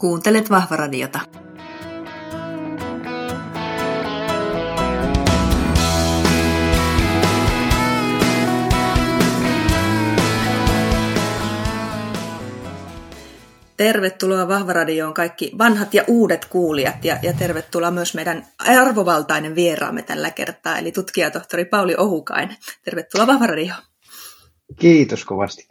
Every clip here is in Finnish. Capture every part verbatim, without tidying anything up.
Kuuntelet Vahvaradiota. Tervetuloa Vahvaradioon kaikki vanhat ja uudet kuulijat ja, ja tervetuloa myös meidän arvovaltainen vieraamme tällä kertaa, eli tutkijatohtori Pauli Ohukainen. Tervetuloa Vahvaradioon. Kiitos kovasti.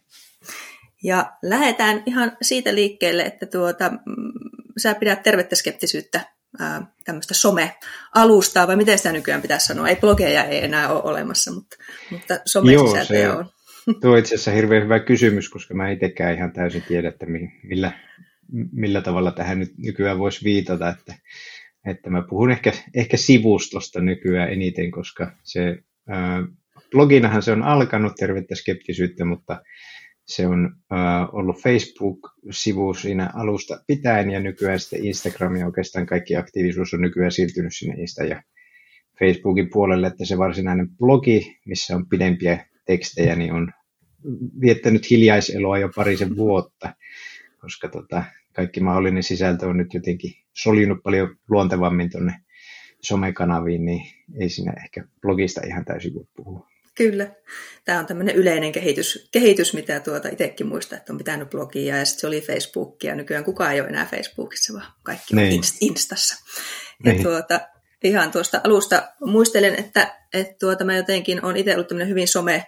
Ja lähdetään ihan siitä liikkeelle, että tuota, sä pidät tervettä skeptisyyttä ää, tämmöistä some-alustaa, vai miten sitä nykyään pitäisi sanoa? Ei blogeja ei enää ole olemassa, mutta, mutta some-sisältöjä on. Tuo on itse asiassa hirveän hyvä kysymys, koska mä itsekään ihan täysin tiedä, että millä, millä tavalla tähän nyt nykyään voisi viitata, että, että mä puhun ehkä, ehkä sivustosta nykyään eniten, koska se ää, bloginahan se on alkanut tervettä skeptisyyttä, mutta se on ää, ollut Facebook-sivu siinä alusta pitäen ja nykyään sitten Instagram ja oikeastaan kaikki aktiivisuus on nykyään siirtynyt sinne Insta ja Facebookin puolelle, että se varsinainen blogi, missä on pidempiä tekstejä, niin on viettänyt hiljaiseloa jo parisen vuotta, koska tota, kaikki mahdollinen sisältö on nyt jotenkin soljunut paljon luontevammin tuonne somekanaviin, niin ei siinä ehkä blogista ihan täysin voi puhua. Kyllä. Tämä on tämmöinen yleinen kehitys, kehitys mitä tuota itsekin muistan, että on pitänyt blogia ja sitten se oli Facebookia. Nykyään kukaan ei ole enää Facebookissa, vaan kaikki on niin. Instassa. Ja tuota, ihan tuosta alusta muistelen, että, että tuota, mä jotenkin olen itse ollut tämmöinen hyvin some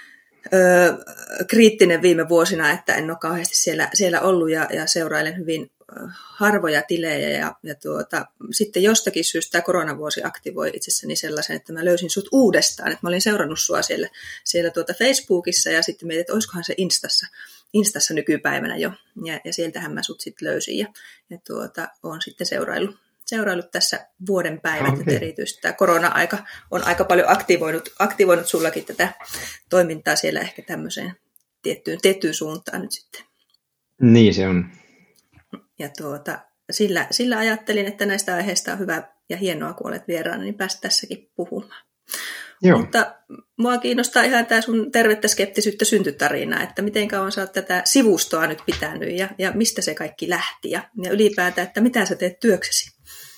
Öö, kriittinen viime vuosina, että en ole kauheasti siellä, siellä ollut ja, ja seurailen hyvin ö, harvoja tilejä ja, ja tuota, sitten jostakin syystä tämä koronavuosi aktivoi itsessäni sellaisen, että mä löysin sut uudestaan, että mä olin seurannut sua siellä, siellä tuota Facebookissa ja sitten mietin, että olisikohan se Instassa, Instassa nykypäivänä jo ja, ja sieltähän mä sut sitten löysin ja, ja tuota, olen sitten seuraillut. seuraillut tässä vuoden päivät, okay. Että erityisesti tämä korona-aika on aika paljon aktivoinut, aktivoinut sullakin tätä toimintaa siellä ehkä tämmöiseen tiettyyn, tiettyyn suuntaan nyt sitten. Niin se on. Ja tuota, sillä, sillä ajattelin, että näistä aiheista on hyvä ja hienoa, kun olet vieraana, niin päästä tässäkin puhumaan. Joo. Mutta mua kiinnostaa ihan tämä sun tervettä skeptisyyttä syntytarina, että miten kauan sä oot tätä sivustoa nyt pitänyt ja, ja mistä se kaikki lähti ja, ja ylipäätään, että mitä sä teet työksesi?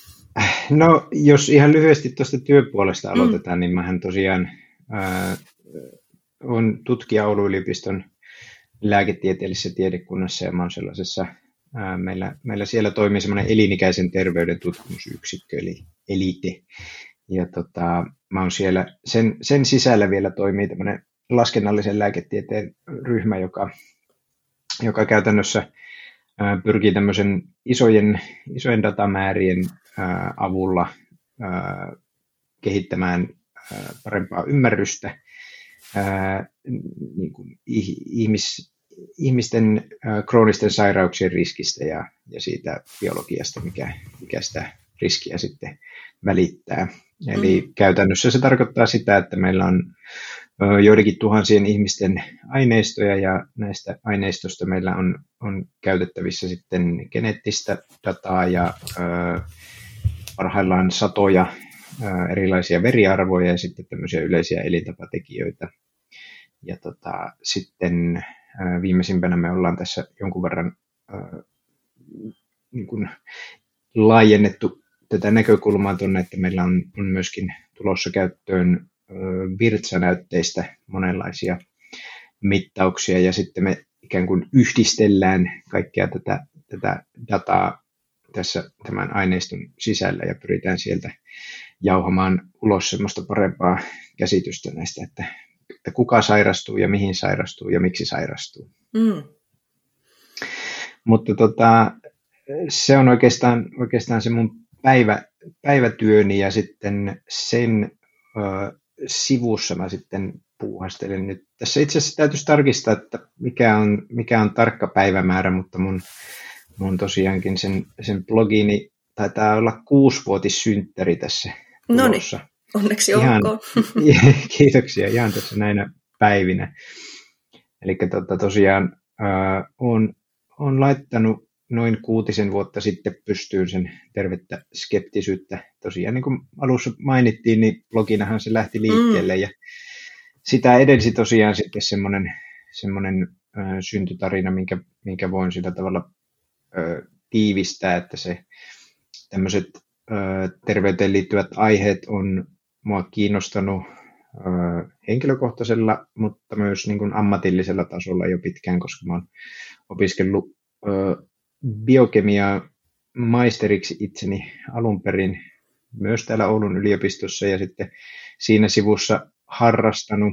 No jos ihan lyhyesti tuosta työpuolesta aloitetaan, mm. niin mähän tosiaan äh, olen tutkija Oulun yliopiston lääketieteellisessä tiedekunnassa ja mä oon sellaisessa, äh, meillä, meillä siellä toimii semmoinen elinikäisen terveyden tutkimusyksikkö eli ELITE. Ja tota, mä oon siellä, sen, sen sisällä vielä toimii tämmöinen laskennallisen lääketieteen ryhmä, joka, joka käytännössä ää, pyrkii tämmöisen isojen, isojen datamäärien ää, avulla ää, kehittämään ää, parempaa ymmärrystä ää, niin kuin ihmis, ihmisten ää, kroonisten sairauksien riskistä ja, ja siitä biologiasta, mikä, mikä sitä riskiä sitten välittää. Eli mm. käytännössä se tarkoittaa sitä, että meillä on joidenkin tuhansien ihmisten aineistoja ja näistä aineistosta meillä on, on käytettävissä sitten geneettistä dataa ja ö, parhaillaan satoja ö, erilaisia veriarvoja ja sitten tämmöisiä yleisiä elintapatekijöitä. Ja tota, sitten ö, viimeisimpänä me ollaan tässä jonkun verran ö, niin kuin laajennettu tätä näkökulmaa tuonne, että meillä on, on myöskin tulossa käyttöön virtsanäytteistä monenlaisia mittauksia ja sitten me ikään kuin yhdistellään kaikkea tätä, tätä dataa tässä tämän aineiston sisällä ja pyritään sieltä jauhamaan ulos semmoista parempaa käsitystä näistä, että, että kuka sairastuu ja mihin sairastuu ja miksi sairastuu. Mm. Mutta tota, se on oikeastaan, oikeastaan se mun Päivä, päivätyöni ja sitten sen ö, sivussa mä sitten puuhastelen nyt. Tässä itse asiassa täytyisi tarkistaa, että mikä on, mikä on tarkka päivämäärä, mutta mun, mun tosiaankin sen, sen blogini taitaa olla kuusivuotissynttäri tässä tulossa. Noniin, onneksi ihan, olkoon. Kiitoksia, ihan tässä näinä päivinä. Eli tota, tosiaan ö, on, on laittanut noin kuutisen vuotta sitten pystyyn sen tervettä skeptisyyttä. Tosiaan niin kuin alussa mainittiin, niin bloginahan se lähti liikkeelle mm. ja sitä edelsi tosiaan sitten semmoinen, semmoinen äh, syntytarina, minkä, minkä voin sillä tavalla äh, tiivistää, että se tämmöiset ö, terveyteen liittyvät aiheet on mua kiinnostanut ö, henkilökohtaisella, mutta myös niin kuin ammatillisella tasolla jo pitkään, koska mä oon opiskellut ö, biokemiaa maisteriksi itseni alun perin myös täällä Oulun yliopistossa ja sitten siinä sivussa harrastanut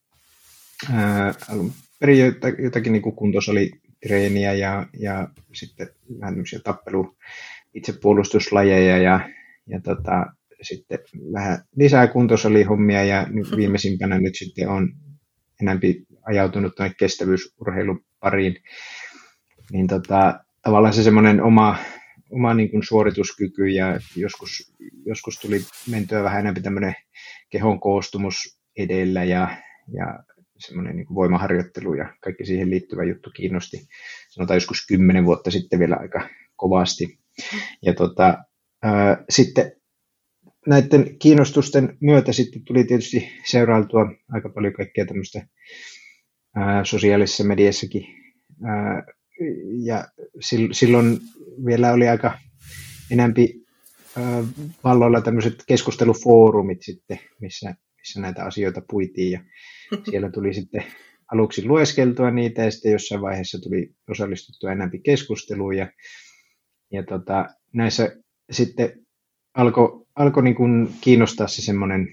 ää, alun perin jotakin niin kuin kuntosalitreeniä ja, ja sitten vähän tappelu itsepuolustuslajeja ja, ja tota, sitten vähän lisää kuntosalihommia ja nyt viimeisimpänä nyt sitten on enemmän ajautunut tuonne kestävyysurheilun pariin, niin tota, tavallaan se semmoinen oma, oma niin kuin suorituskyky ja joskus, joskus tuli mentyä vähän enemmän tämmöinen kehon koostumus edellä ja, ja semmoinen niin kuin voimaharjoittelu ja kaikki siihen liittyvä juttu kiinnosti. Sanotaan joskus kymmenen vuotta sitten vielä aika kovasti. Ja tota, ää, sitten näiden kiinnostusten myötä sitten tuli tietysti seurailtua aika paljon kaikkea tämmöistä ää, sosiaalisessa mediassakin. Ää, ja silloin vielä oli aika enemmän valloilla tämmöiset keskustelufoorumit sitten, missä, missä näitä asioita puitiin ja siellä tuli sitten aluksi lueskeltua niitä ja sitten jossain vaiheessa tuli osallistuttua enemmän keskusteluun ja, ja tota, näissä sitten alkoi alko niin kuin kiinnostaa se semmoinen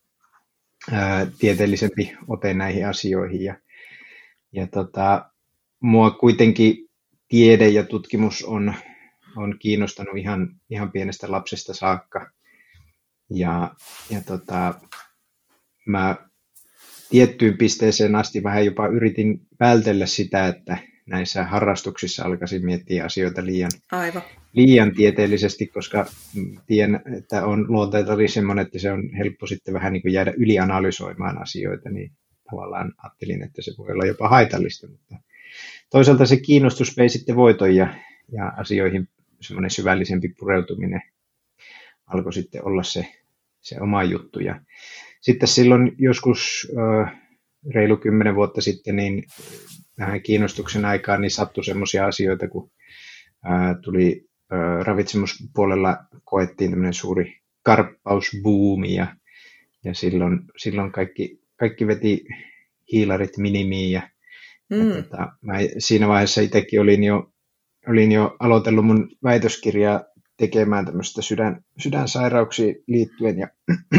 ää, tieteellisempi ote näihin asioihin ja, ja tota, mua kuitenkin tiede ja tutkimus on, on kiinnostanut ihan, ihan pienestä lapsesta saakka. Ja, ja tota, mä tiettyyn pisteeseen asti vähän jopa yritin vältellä sitä, että näissä harrastuksissa alkaisin miettiä asioita liian, Aivan. liian tieteellisesti, koska tiedän, että on luonteeltani semmoinen, että se on helppo sitten vähän niin kuin jäädä ylianalysoimaan asioita, niin tavallaan ajattelin, että se voi olla jopa haitallista, mutta toisaalta se kiinnostus vei sitten voiton ja, ja asioihin semmoinen syvällisempi pureutuminen alkoi sitten olla se, se oma juttu. Ja sitten silloin joskus äh, reilu kymmenen vuotta sitten niin vähän kiinnostuksen aikaan niin sattui semmoisia asioita, kun äh, tuli äh, ravitsemuspuolella koettiin tämmöinen suuri karppausbuumi ja, ja silloin, silloin kaikki, kaikki veti hiilarit minimiin ja Mm. Ja tota, mä siinä vaiheessa itsekin olin jo, olin jo aloitellut mun väitöskirjaa tekemään tämmöistä sydän, sydänsairauksiin liittyen ja,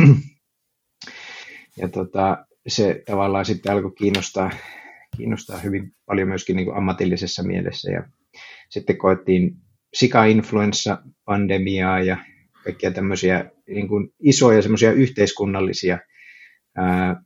ja tota, se tavallaan sitten alkoi kiinnostaa, kiinnostaa hyvin paljon myöskin niin kuin ammatillisessa mielessä ja sitten koettiin sika-influenssa-pandemiaa ja kaikkia tämmöisiä niin kuin isoja semmoisia yhteiskunnallisia ää,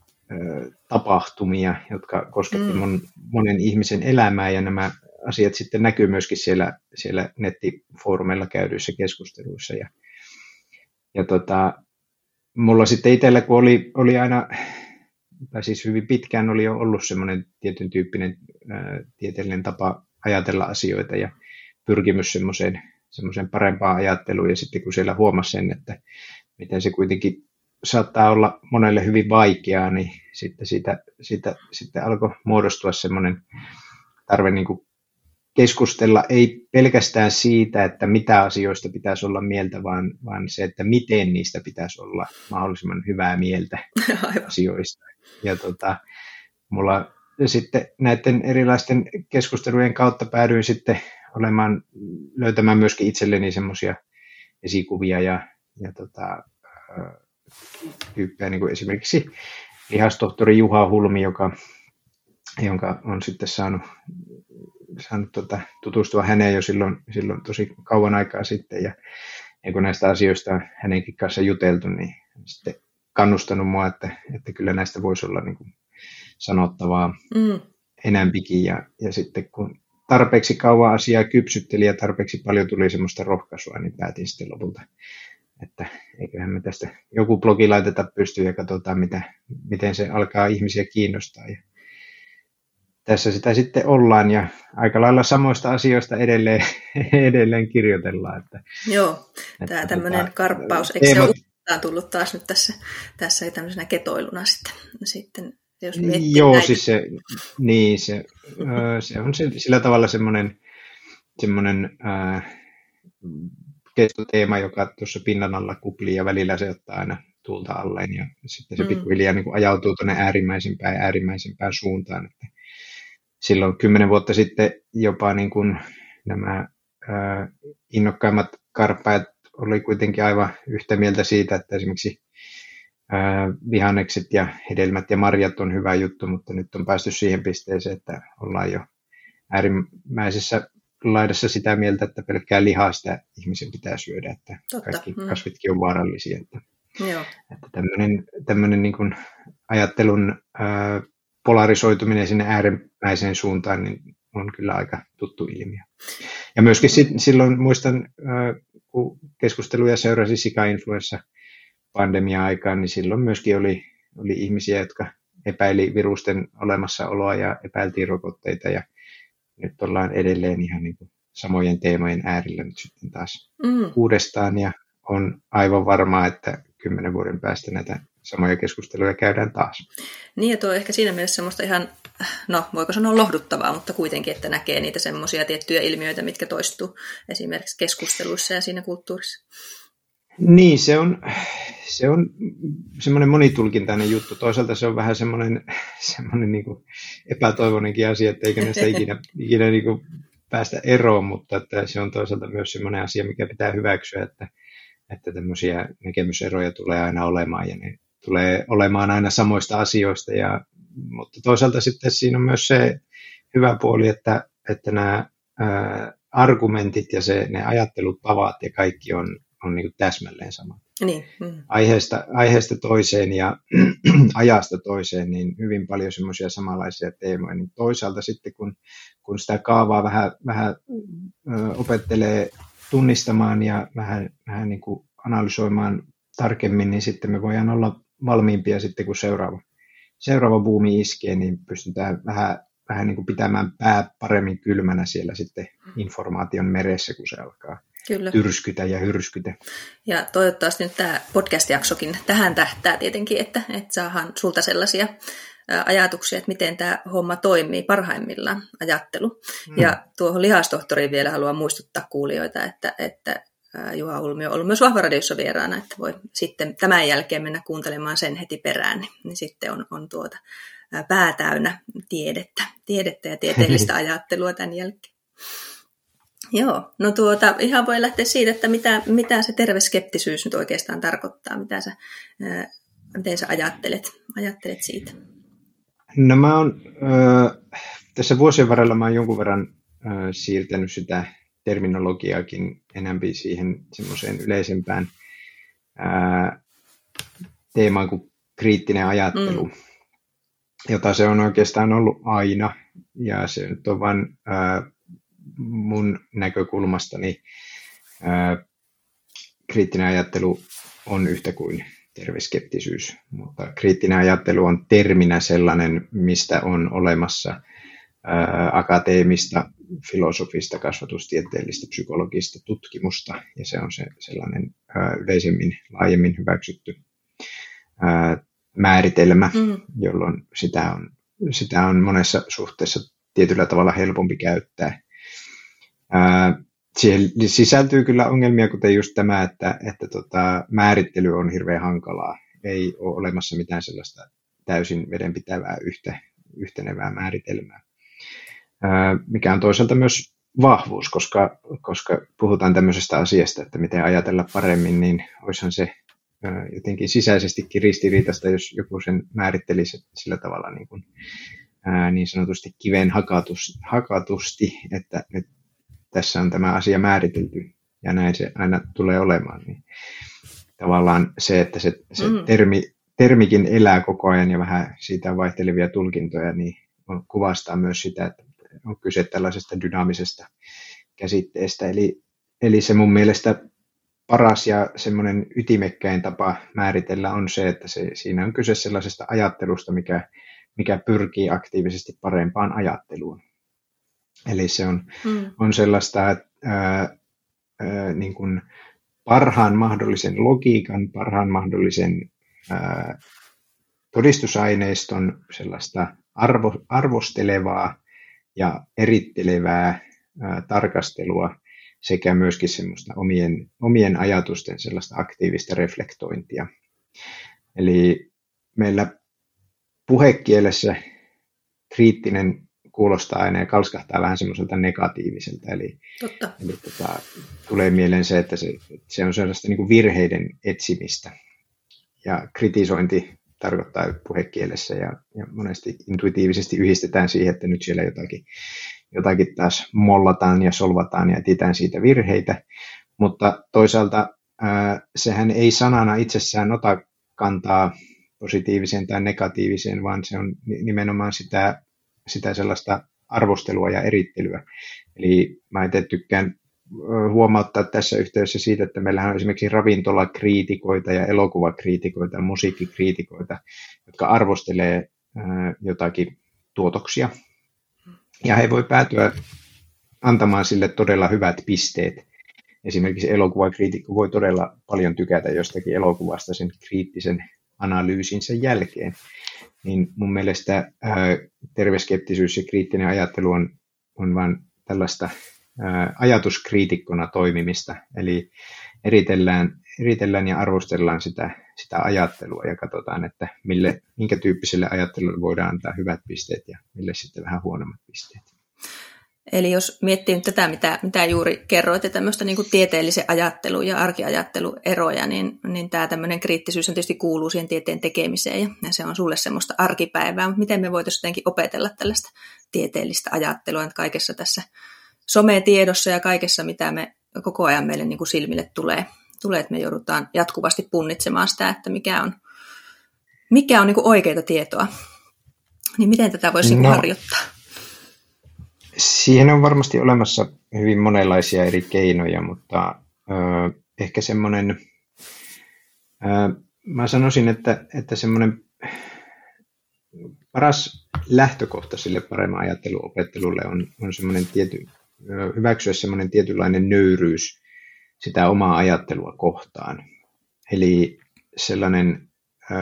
tapahtumia, jotka kosketti mon, monen ihmisen elämää ja nämä asiat sitten näkyy myöskin siellä, siellä nettifoorumeilla käydyissä keskusteluissa. Ja, ja tota, mulla sitten itsellä, kun oli, oli aina, tai siis hyvin pitkään oli jo ollut semmoinen tietyn tyyppinen ää, tieteellinen tapa ajatella asioita ja pyrkimys semmoiseen, semmoiseen parempaan ajatteluun ja sitten kun siellä huomasi sen, että miten se kuitenkin saattaa olla monelle hyvin vaikeaa, niin sitten siitä, siitä, sitten alkoi muodostua semmoinen tarve niin kuin keskustella ei pelkästään siitä, että mitä asioista pitäisi olla mieltä, vaan, vaan se, että miten niistä pitäisi olla mahdollisimman hyvää mieltä asioista. Ja tota, mulla sitten näiden erilaisten keskustelujen kautta päädyin sitten olemaan, löytämään myöskin itselleni semmoisia esikuvia ja, ja tota, tyyppejä, niin kuin esimerkiksi lihastohtori Juha Hulmi, joka, jonka on sitten saanut, saanut tota, tutustua häneen jo silloin, silloin tosi kauan aikaa sitten, ja, ja kun näistä asioista on hänenkin kanssa juteltu, niin sitten kannustanut mua, että, että kyllä näistä voisi olla niin kuin sanottavaa mm. enämpikin, ja, ja sitten kun tarpeeksi kauan asiaa kypsytteli ja tarpeeksi paljon tuli semmoista rohkaisua, niin päätin sitten lopulta, että eiköhän me tästä joku blogi laiteta pystyyn ja katsotaan, mitä, miten se alkaa ihmisiä kiinnostaa. Ja tässä sitä sitten ollaan ja aika lailla samoista asioista edelleen, edelleen kirjoitellaan. Että, Joo, tämä tämmöinen tota, karppaus, eikö teemot... se ole uudestaan tullut taas nyt tässä, tässä tämmöisenä ketoiluna sitten? sitten jos Joo, näitä. siis se, niin, se, se on sillä tavalla semmoinen semmoinen ää, kestoteema, joka tuossa pinnan alla kuplii ja välillä se ottaa aina tuulta alleen ja sitten se Mm. pikkuhiljaa niin kuin ajautuu tuonne äärimmäisempään ja äärimmäisempään suuntaan. Että silloin kymmenen vuotta sitten jopa niin kuin nämä ää, innokkaimmat karppaajat oli kuitenkin aivan yhtä mieltä siitä, että esimerkiksi ää, vihannekset ja hedelmät ja marjat on hyvä juttu, mutta nyt on päästy siihen pisteeseen, että ollaan jo äärimmäisessä laidassa sitä mieltä, että pelkkää lihaa sitä ihmisen pitää syödä, että Totta. kaikki Mm. kasvitkin on vaarallisia. Että, Joo. että tämmöinen, tämmöinen niin kuin ajattelun ää, polarisoituminen sinne äärimmäiseen suuntaan niin on kyllä aika tuttu ilmiö. Ja myöskin sit, silloin muistan, ää, kun keskusteluja seurasi sika-influenssa-pandemia-aikaan, niin silloin myöskin oli, oli ihmisiä, jotka epäili virusten olemassaoloa ja epäiltiin rokotteita ja nyt ollaan edelleen ihan niin kuin samojen teemojen äärellä nyt sitten taas Mm. uudestaan ja on aivan varmaa, että kymmenen vuoden päästä näitä samoja keskusteluja käydään taas. Niin ja tuo ehkä siinä mielessä semmoista ihan, no voiko sanoa lohduttavaa, mutta kuitenkin, että näkee niitä semmoisia tiettyjä ilmiöitä, mitkä toistuu esimerkiksi keskusteluissa ja siinä kulttuurissa. Niin, se on, se on semmoinen monitulkintainen juttu. Toisaalta se on vähän semmoinen, semmoinen niin kuin epätoivoinenkin asia, että eikä näistä ikinä, ikinä niin kuin päästä eroon, mutta että se on toisaalta myös semmoinen asia, mikä pitää hyväksyä, että, että tämmöisiä näkemyseroja tulee aina olemaan ja ne tulee olemaan aina samoista asioista. Ja, mutta toisaalta sitten siinä on myös se hyvä puoli, että, että nämä ää, argumentit ja se, ne ajattelutavat ja kaikki on on niin kuin täsmälleen sama. Niin. Mm. Aiheesta, aiheesta toiseen ja ajasta toiseen, niin hyvin paljon semmoisia samanlaisia teemoja. Niin toisaalta sitten, kun, kun sitä kaavaa vähän, vähän ö, opettelee tunnistamaan ja vähän, vähän niin kuin analysoimaan tarkemmin, niin sitten me voidaan olla valmiimpia sitten, kun seuraava, seuraava buumi iskee, niin pystytään vähän, vähän niin kuin pitämään pää paremmin kylmänä siellä sitten informaation meressä, kun se alkaa. Kyllä. Tyrskytä ja hyrskytä. Ja toivottavasti nyt tämä podcast-jaksokin tähän tähtää tietenkin, että, että saadaan sulta sellaisia ajatuksia, että miten tämä homma toimii parhaimmillaan, ajattelu. Mm. Ja tuohon lihastohtoriin vielä haluan muistuttaa kuulijoita, että, että Juha Ulmi on ollut myös Vahvaradiossa vieraana, että voi sitten tämän jälkeen mennä kuuntelemaan sen heti perään, niin, niin sitten on, on tuota pää täynnä tiedettä, tiedettä ja tieteellistä ajattelua tämän jälkeen. Joo, no tuota, ihan voi lähteä siitä, että mitä, mitä se terve skeptisyys nyt oikeastaan tarkoittaa, mitä sä, ää, miten sä ajattelet, ajattelet siitä? No mä oon, äh, tässä vuosien varrella mä oon jonkun verran äh, siirtänyt sitä terminologiaakin enemmän siihen semmoiseen yleisempään äh, teemaan kuin kriittinen ajattelu, mm. jota se on oikeastaan ollut aina, ja se nyt on vain äh, mun näkökulmastani ää, kriittinen ajattelu on yhtä kuin terve skeptisyys, mutta kriittinen ajattelu on terminä sellainen, mistä on olemassa ää, akateemista, filosofista, kasvatustieteellistä, psykologista tutkimusta, ja se on se sellainen ää, yleisemmin, laajemmin hyväksytty ää, määritelmä, mm. jolloin sitä on, sitä on monessa suhteessa tietyllä tavalla helpompi käyttää. Ää, siihen sisältyy kyllä ongelmia, kuten just tämä, että, että tota, määrittely on hirveän hankalaa. Ei ole olemassa mitään sellaista täysin vedenpitävää yhtä, yhtenevää määritelmää, ää, mikä on toisaalta myös vahvuus, koska, koska puhutaan tämmöisestä asiasta, että miten ajatella paremmin, niin olisihan se ää, jotenkin sisäisestikin ristiriitaista, jos joku sen määrittelisi sillä tavalla niin, kuin, ää, niin sanotusti kiveen hakatus, hakatusti, että nyt tässä on tämä asia määritelty ja näin se aina tulee olemaan. Niin tavallaan se, että se, se mm. termi, termikin elää koko ajan ja vähän siitä vaihtelevia tulkintoja, niin on, kuvastaa myös sitä, että on kyse tällaisesta dynaamisesta käsitteestä. Eli, eli se mun mielestä paras ja semmoinen ytimekkäin tapa määritellä on se, että se, siinä on kyse sellaisesta ajattelusta, mikä, mikä pyrkii aktiivisesti parempaan ajatteluun. Eli se on, mm. on sellaista ää, ää, niin kuin parhaan mahdollisen logiikan, parhaan mahdollisen ää, todistusaineiston sellaista arvo, arvostelevaa ja erittelevää ää, tarkastelua sekä myöskin semmoista omien, omien ajatusten sellaista aktiivista reflektointia. Eli meillä puhekielessä kriittinen kuulostaa aina ja kalskahtaa vähän semmoiselta negatiiviselta. Eli, Totta. eli tota, tulee mieleen se, että se, se on sellaista niin kuin virheiden etsimistä. Ja kritisointi tarkoittaa puhekielessä ja, ja monesti intuitiivisesti yhdistetään siihen, että nyt siellä jotakin, jotakin taas mollataan ja solvataan ja etsitään siitä virheitä. Mutta toisaalta ää, sehän ei sanana itsessään ota kantaa positiiviseen tai negatiiviseen, vaan se on nimenomaan sitä, sitä sellaista arvostelua ja erittelyä. Eli mä itse tykkään huomauttaa tässä yhteydessä siitä, että meillähän on esimerkiksi ravintolakriitikoita ja elokuvakriitikoita ja musiikkikriitikoita, jotka arvostelee jotakin tuotoksia. Ja he voi päätyä antamaan sille todella hyvät pisteet. Esimerkiksi elokuvakriitikko voi todella paljon tykätä jostakin elokuvasta sen kriittisen analyysinsä jälkeen. Niin mun mielestä ää, terveskeptisyys ja kriittinen ajattelu on, on vain tällaista ää, ajatuskriitikkona toimimista. Eli eritellään, eritellään ja arvostellaan sitä, sitä ajattelua ja katsotaan, että mille, minkä tyyppiselle ajattelulle voidaan antaa hyvät pisteet ja mille sitten vähän huonommat pisteet. Eli jos miettii nyt tätä, mitä, mitä juuri kerroit, ja tämmöistä niin kuin tieteellisen ajattelun ja arkiajattelun eroja, niin, niin tämä tämmöinen kriittisyys on tietysti kuuluu siihen tieteen tekemiseen, ja, ja se on sulle semmoista arkipäivää, mutta miten me voitaisiin jotenkin opetella tällaista tieteellistä ajattelua, että kaikessa tässä sometiedossa ja kaikessa, mitä me koko ajan meille niin kuin silmille tulee, tulee, että me joudutaan jatkuvasti punnitsemaan sitä, että mikä on, mikä on niin kuin oikeaa tietoa, niin miten tätä voisi no. harjoittaa? Siihen on varmasti olemassa hyvin monenlaisia eri keinoja, mutta ö, ehkä semmoinen, ö, mä sanoisin, että, että semmoinen paras lähtökohta sille paremman ajatteluopettelulle on, on semmoinen tiety, ö, hyväksyä semmoinen tietynlainen nöyryys sitä omaa ajattelua kohtaan. Eli sellainen ö,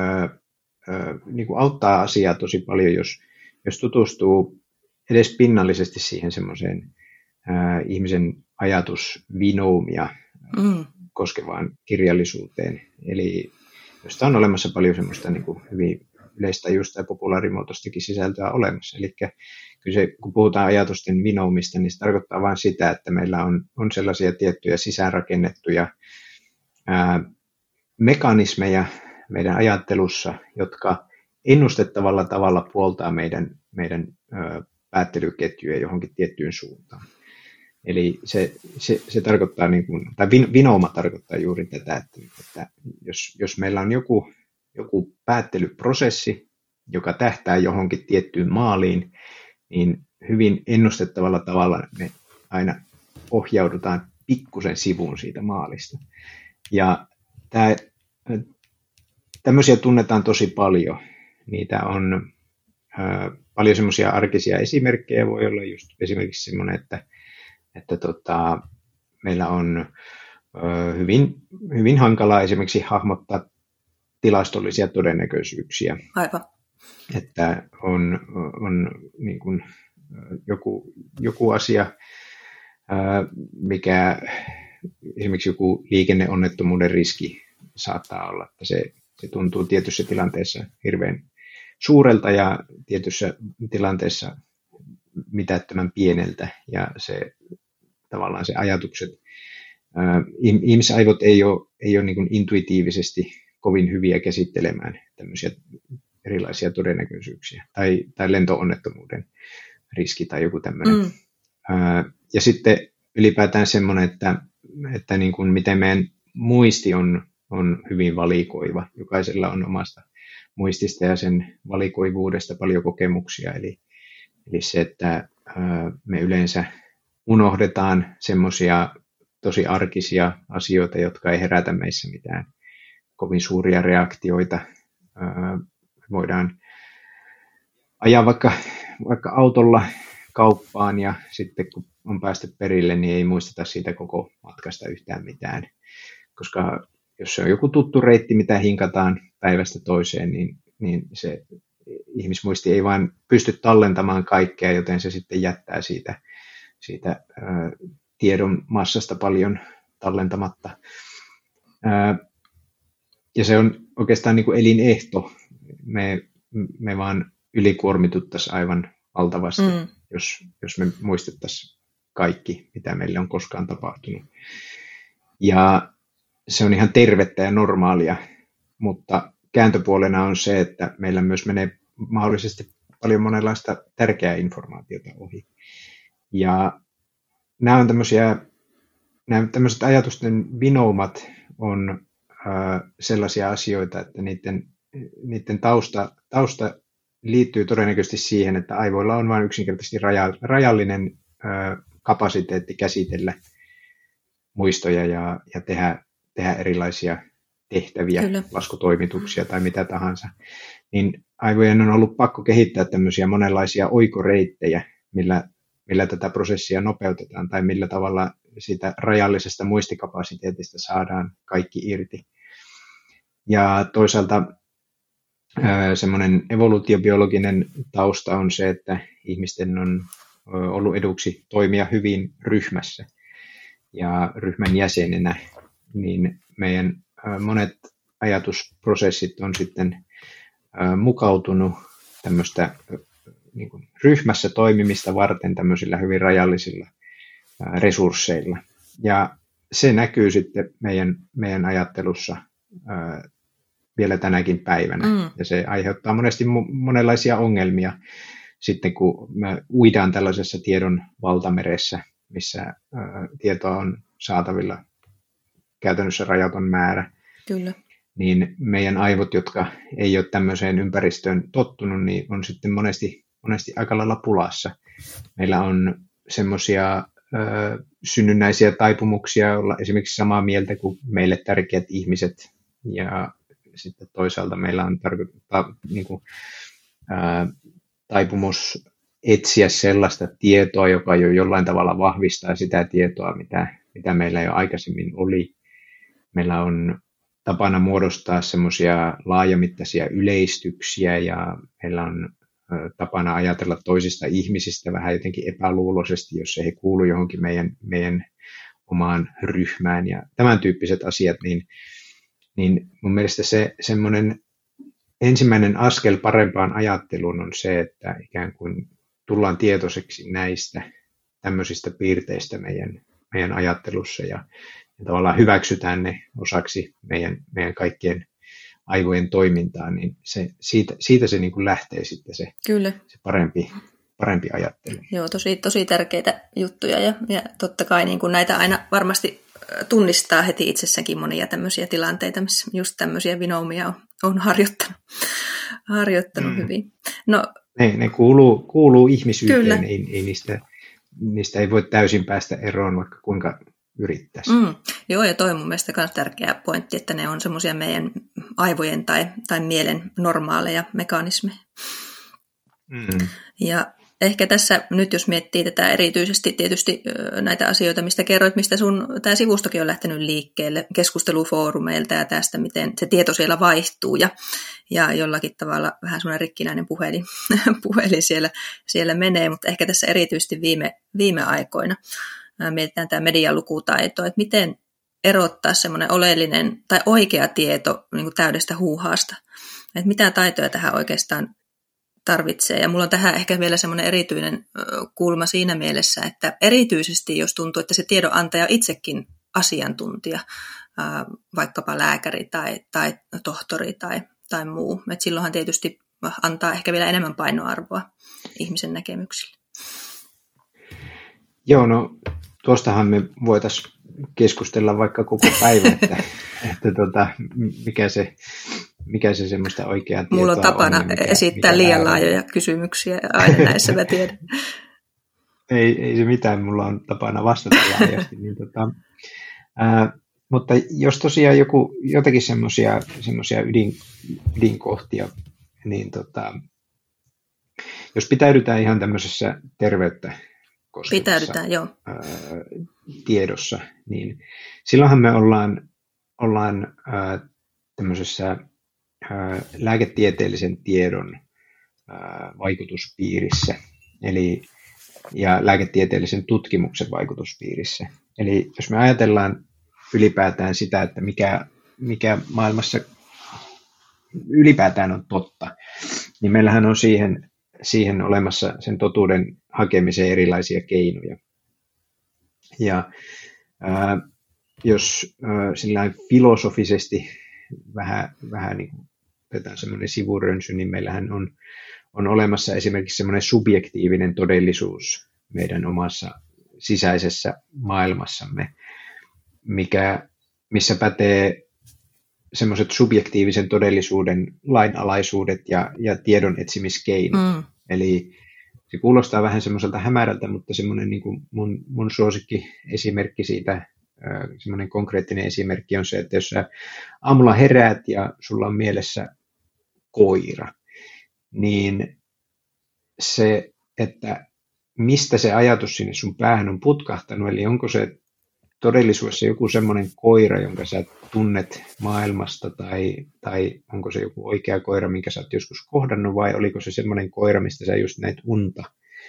ö, niin kuin auttaa asiaa tosi paljon, jos, jos tutustuu edes pinnallisesti siihen semmoiseen ää, ihmisen ajatusvinoumia mm. koskevaan kirjallisuuteen. Eli josta on olemassa paljon semmoista niin kuin hyvin yleistajuista ja populaarimuotoistakin sisältöä olemassa. Eli kyllä se, kun puhutaan ajatusten vinoumista, niin se tarkoittaa vain sitä, että meillä on, on sellaisia tiettyjä sisäänrakennettuja ää, mekanismeja meidän ajattelussa, jotka ennustettavalla tavalla puoltaa meidän, meidän ää, päättelyketjuja johonkin tiettyyn suuntaan. Eli se, se, se tarkoittaa, niin kuin, tai vinouma tarkoittaa juuri tätä, että, että jos, jos meillä on joku, joku päättelyprosessi, joka tähtää johonkin tiettyyn maaliin, niin hyvin ennustettavalla tavalla me aina ohjaudutaan pikkusen sivuun siitä maalista. Ja tämä, tämmöisiä tunnetaan tosi paljon. Niitä on ää, paljon semmoisia arkisia esimerkkejä, voi olla just esimerkiksi semmoinen, että, että tota, meillä on ö, hyvin, hyvin hankalaa esimerkiksi hahmottaa tilastollisia todennäköisyyksiä. Aivan. Että on, on niin kuin joku, joku asia, ö, mikä esimerkiksi joku liikenneonnettomuuden riski saattaa olla, että se, se tuntuu tietyssä tilanteessa hirveän suurelta ja tietyssä tilanteessa mitättömän pieneltä, ja se tavallaan se ajatukset, ää, ihmisaivot ei ole, ei ole niin kuin intuitiivisesti kovin hyviä käsittelemään tämmöisiä erilaisia todennäköisyyksiä, tai, tai lentoonnettomuuden riski tai joku tämmöinen. Mm. Ää, ja sitten ylipäätään semmoinen, että, että niin kuin miten meidän muisti on, on hyvin valikoiva, jokaisella on omasta muistista ja sen valikoivuudesta paljon kokemuksia, eli, eli se, että ää, me yleensä unohdetaan semmoisia tosi arkisia asioita, jotka ei herätä meissä mitään kovin suuria reaktioita. Ää, voidaan ajaa vaikka, vaikka autolla kauppaan ja sitten kun on päästy perille, niin ei muisteta siitä koko matkasta yhtään mitään, koska jos se on joku tuttu reitti, mitä hinkataan päivästä toiseen, niin, niin se ihmismuisti ei vain pysty tallentamaan kaikkea, joten se sitten jättää siitä, siitä ää, tiedon massasta paljon tallentamatta. Ää, ja se on oikeastaan niin kuin elinehto. Me, me vaan ylikuormituttaisiin aivan valtavasti, mm. jos, jos me muistettaisiin kaikki, mitä meille on koskaan tapahtunut. Ja se on ihan tervettä ja normaalia, mutta kääntöpuolena on se, että meillä myös menee mahdollisesti paljon monenlaista tärkeää informaatiota ohi. Ja nämä on tämmöisiä, nämä tämmöiset ajatusten vinoumat on äh, sellaisia asioita, että niiden, niiden tausta, tausta liittyy todennäköisesti siihen, että aivoilla on vain yksinkertaisesti raja, rajallinen äh, kapasiteetti käsitellä muistoja ja, ja tehdä, tehdä erilaisia tehtäviä, Kyllä. laskutoimituksia tai mitä tahansa. Niin aivojen on ollut pakko kehittää tämmöisiä monenlaisia oikoreittejä, millä, millä tätä prosessia nopeutetaan tai millä tavalla siitä rajallisesta muistikapasiteetista saadaan kaikki irti. Ja toisaalta semmoinen evoluutiobiologinen tausta on se, että ihmisten on ollut eduksi toimia hyvin ryhmässä ja ryhmän jäsenenä, niin meidän monet ajatusprosessit on sitten mukautunut tämmöistä niin kuin ryhmässä toimimista varten tämmöisillä hyvin rajallisilla resursseilla. Ja se näkyy sitten meidän, meidän ajattelussa ää, vielä tänäkin päivänä. Mm. Ja se aiheuttaa monesti monenlaisia ongelmia sitten, kun me uidaan tällaisessa tiedon valtameressä, missä ää, tietoa on saatavilla käytännössä rajaton määrä. Kyllä. Niin meidän aivot, jotka ei ole tämmöiseen ympäristöön tottunut, niin on sitten monesti, monesti aika lailla pulassa. Meillä on semmoisia synnynnäisiä taipumuksia olla esimerkiksi samaa mieltä kuin meille tärkeät ihmiset, ja sitten toisaalta meillä on tarkoittaa niin kuin, ää, taipumus etsiä sellaista tietoa, joka jo jollain tavalla vahvistaa sitä tietoa, mitä, mitä meillä jo aikaisemmin oli. Meillä on tapana muodostaa semmoisia laajamittaisia yleistyksiä, ja meillä on tapana ajatella toisista ihmisistä vähän jotenkin epäluuloisesti, jos he kuulu johonkin meidän, meidän omaan ryhmään ja tämän tyyppiset asiat, niin, niin mun mielestä se semmoinen ensimmäinen askel parempaan ajatteluun on se, että ikään kuin tullaan tietoiseksi näistä tämmöisistä piirteistä meidän, meidän ajattelussa ja, ja tavallaan hyväksytään ne osaksi meidän, meidän kaikkien aivojen toimintaa, niin se, siitä, siitä se niin kuin lähtee sitten se, Kyllä. se parempi, parempi ajattelu. Joo, tosi, tosi tärkeitä juttuja ja, ja totta kai niin kuin näitä aina varmasti tunnistaa heti itsessäkin monia tämmöisiä tilanteita, missä just tämmöisiä vinoumia on, on harjoittanut, harjoittanut mm. hyvin. No, ne, ne kuuluu, kuuluu ihmisyyteen, ei, ei niistä, niistä ei voi täysin päästä eroon, vaikka kuinka yrittäisi. Mm, joo, ja toi on mun mielestä myös tärkeä pointti, että ne on semmoisia meidän aivojen tai, tai mielen normaaleja mekanismeja. Mm. Ja ehkä tässä nyt, jos miettii tätä erityisesti tietysti näitä asioita, mistä kerroit, mistä sun tämä sivustokin on lähtenyt liikkeelle, keskustelufoorumeilta ja tästä, miten se tieto siellä vaihtuu ja, ja jollakin tavalla vähän semmoinen rikkinäinen puhelin, puhelin siellä, siellä menee, mutta ehkä tässä erityisesti viime, viime aikoina mietitään tämä median lukutaito, että miten erottaa semmoinen oleellinen tai oikea tieto niin kuin täydestä huuhaasta. Että mitä taitoja tähän oikeastaan tarvitsee. Ja mulla on tähän ehkä vielä semmoinen erityinen kulma siinä mielessä, että erityisesti jos tuntuu, että se tiedonantaja on itsekin asiantuntija, vaikkapa lääkäri tai, tai tohtori tai, tai muu. Että silloinhan tietysti antaa ehkä vielä enemmän painoarvoa ihmisen näkemyksille. Joo, no tuostahan me voitaisiin keskustella vaikka koko päivä, että, että tota, mikä se, mikä se semmoista oikeaa tietoa on. Mulla on tapana on, mikä, esittää mikä liian laajoja kysymyksiä aina näissä, mä tiedän. ei, ei se mitään, mulla on tapana vastata laajasti. Niin tota, ää, mutta jos tosiaan joku, jotakin semmoisia semmoisia ydin, ydinkohtia, niin tota, jos pitäydytään ihan tämmöisessä terveyttä Pitäydytään, joo. Ää, tiedossa, niin silloinhan me ollaan, ollaan ää, tämmöisessä ää, lääketieteellisen tiedon ää, vaikutuspiirissä. Eli ja lääketieteellisen tutkimuksen vaikutuspiirissä. Eli jos me ajatellaan ylipäätään sitä, että mikä, mikä maailmassa ylipäätään on totta, niin meillähän on siihen, siihen olemassa sen totuuden hakemiseen erilaisia keinoja. Ja ää, jos ää, sillain filosofisesti vähän, vähän niin kuin otetaan semmoinen sivurönsy, niin meillähän on, on olemassa esimerkiksi semmoinen subjektiivinen todellisuus meidän omassa sisäisessä maailmassamme, mikä, missä pätee semmoiset subjektiivisen todellisuuden lainalaisuudet ja, ja tiedon etsimiskeinot. Mm. Eli se kuulostaa vähän semmoiselta hämärältä, mutta semmoinen niin kuin mun, mun suosikki esimerkki siitä, semmoinen konkreettinen esimerkki on se, että jos sä aamulla heräät ja sulla on mielessä koira, niin se, että mistä se ajatus sinne sun päähän on putkahtanut, eli onko se todellisuudessa joku semmoinen koira, jonka sä tunnet maailmasta, tai, tai onko se joku oikea koira, minkä sä oot joskus kohdannut, vai oliko se semmoinen koira, mistä sä just näit unta,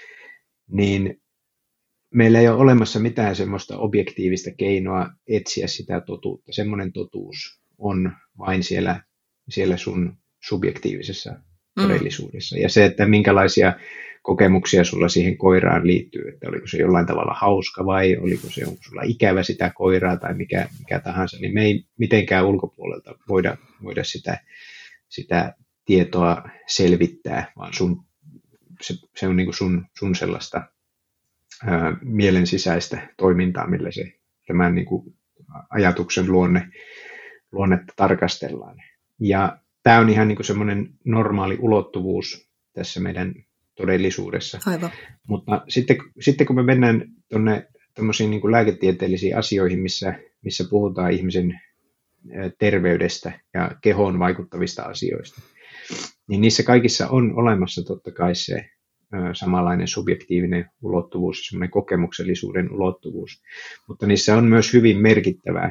niin meillä ei ole olemassa mitään semmoista objektiivista keinoa etsiä sitä totuutta. Semmoinen totuus on vain siellä, siellä sun subjektiivisessa todellisuudessa. Mm. Ja se, että minkälaisia kokemuksia sulla siihen koiraan liittyy, että oliko se jollain tavalla hauska vai oliko se onko sulla ikävä sitä koiraa tai mikä, mikä tahansa, niin me ei mitenkään ulkopuolelta voida, voida sitä, sitä tietoa selvittää, vaan sun, se, se on niin kuin sun, sun sellaista ää, mielen sisäistä toimintaa, millä se tämän niin kuin ajatuksen luonne, luonnetta tarkastellaan. Ja tämä on ihan niin kuin semmoinen normaali ulottuvuus tässä meidän todellisuudessa. Aivan. Mutta sitten, sitten kun me mennään tuonne tämmöisiin niin kuin lääketieteellisiin asioihin, missä, missä puhutaan ihmisen terveydestä ja kehoon vaikuttavista asioista, niin niissä kaikissa on olemassa totta kai se samanlainen subjektiivinen ulottuvuus, semmoinen kokemuksellisuuden ulottuvuus, mutta niissä on myös hyvin merkittävä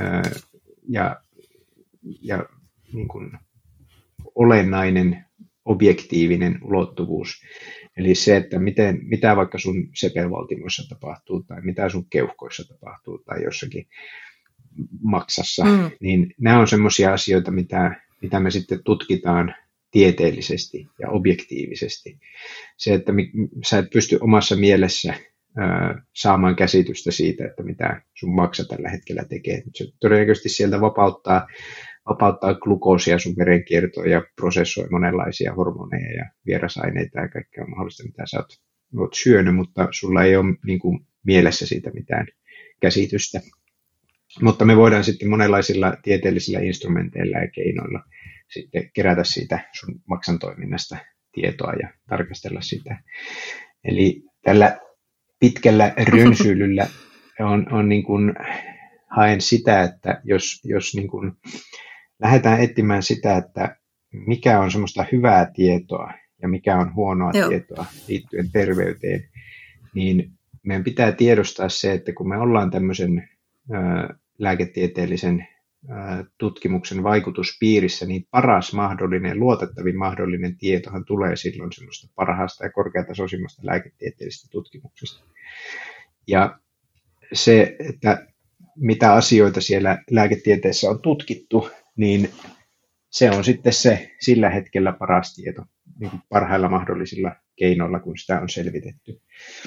ja, ja niin kuin olennainen objektiivinen ulottuvuus. Eli se, että miten, mitä vaikka sun sepelvaltimoissa tapahtuu tai mitä sun keuhkoissa tapahtuu tai jossakin maksassa, mm. niin nämä on semmoisia asioita, mitä, mitä me sitten tutkitaan tieteellisesti ja objektiivisesti. Se, että mi, sä et pysty omassa mielessä ää, saamaan käsitystä siitä, että mitä sun maksa tällä hetkellä tekee. Se todennäköisesti sieltä vapauttaa vapauttaa glukoosia sun verenkiertoon ja prosessoi monenlaisia hormoneja ja vierasaineita ja kaikkea mahdollista, mitä sä oot, oot syönyt, mutta sulla ei ole niin kuin, mielessä siitä mitään käsitystä. Mutta me voidaan sitten monenlaisilla tieteellisillä instrumenteilla ja keinoilla sitten kerätä siitä sun maksan toiminnasta tietoa ja tarkastella sitä. Eli tällä pitkällä rönsyilyllä on, on niin kuin, haen sitä, että jos, jos niin kuin lähdetään etsimään sitä, että mikä on semmoista hyvää tietoa ja mikä on huonoa Joo. tietoa liittyen terveyteen, niin meidän pitää tiedostaa se, että kun me ollaan tämmöisen ää, lääketieteellisen ää, tutkimuksen vaikutuspiirissä, niin paras mahdollinen, luotettavin mahdollinen tietohan tulee silloin semmoista parhaasta ja korkeatasoisimmasta lääketieteellisestä tutkimuksesta. Ja se, että mitä asioita siellä lääketieteessä on tutkittu, niin se on sitten se sillä hetkellä paras tieto, niin kuin parhailla mahdollisilla keinoilla, kun sitä on selvitetty.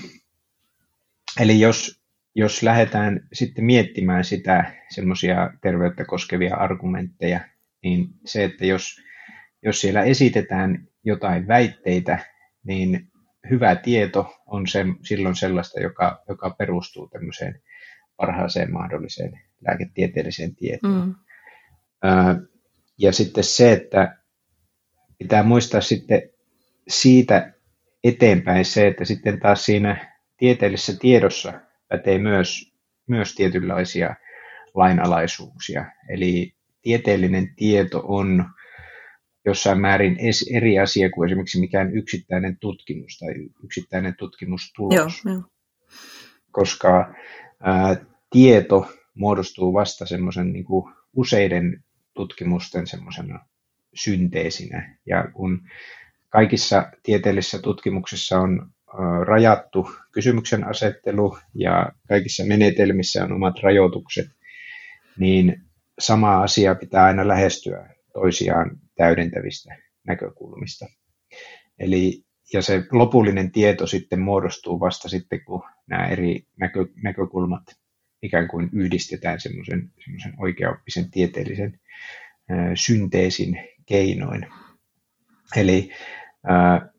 Eli jos, jos lähdetään sitten miettimään sitä semmoisia terveyttä koskevia argumentteja, niin se, että jos, jos siellä esitetään jotain väitteitä, niin hyvä tieto on se, silloin sellaista, joka, joka perustuu tämmöiseen parhaaseen mahdolliseen lääketieteelliseen tietoon. Mm. Ja sitten se, että pitää muistaa sitten siitä eteenpäin se, että sitten taas siinä tieteellisessä tiedossa pätee myös, myös tietynlaisia lainalaisuuksia. Eli tieteellinen tieto on jossain määrin eri asia kuin esimerkiksi mikään yksittäinen tutkimus tai yksittäinen tutkimustulos. Joo, jo. Koska ää, tieto muodostuu vasta semmoisen niin kuin useiden tutkimusten semmoisena synteesinä. Ja kun kaikissa tieteellisissä tutkimuksissa on rajattu kysymyksen asettelu ja kaikissa menetelmissä on omat rajoitukset, niin sama asia pitää aina lähestyä toisiaan täydentävistä näkökulmista. Eli, ja se lopullinen tieto sitten muodostuu vasta sitten, kun nämä eri näkö, näkökulmat ikään kuin yhdistetään semmoisen, semmoisen oikeaoppisen tieteellisen ää, synteesin keinoin. Eli ää,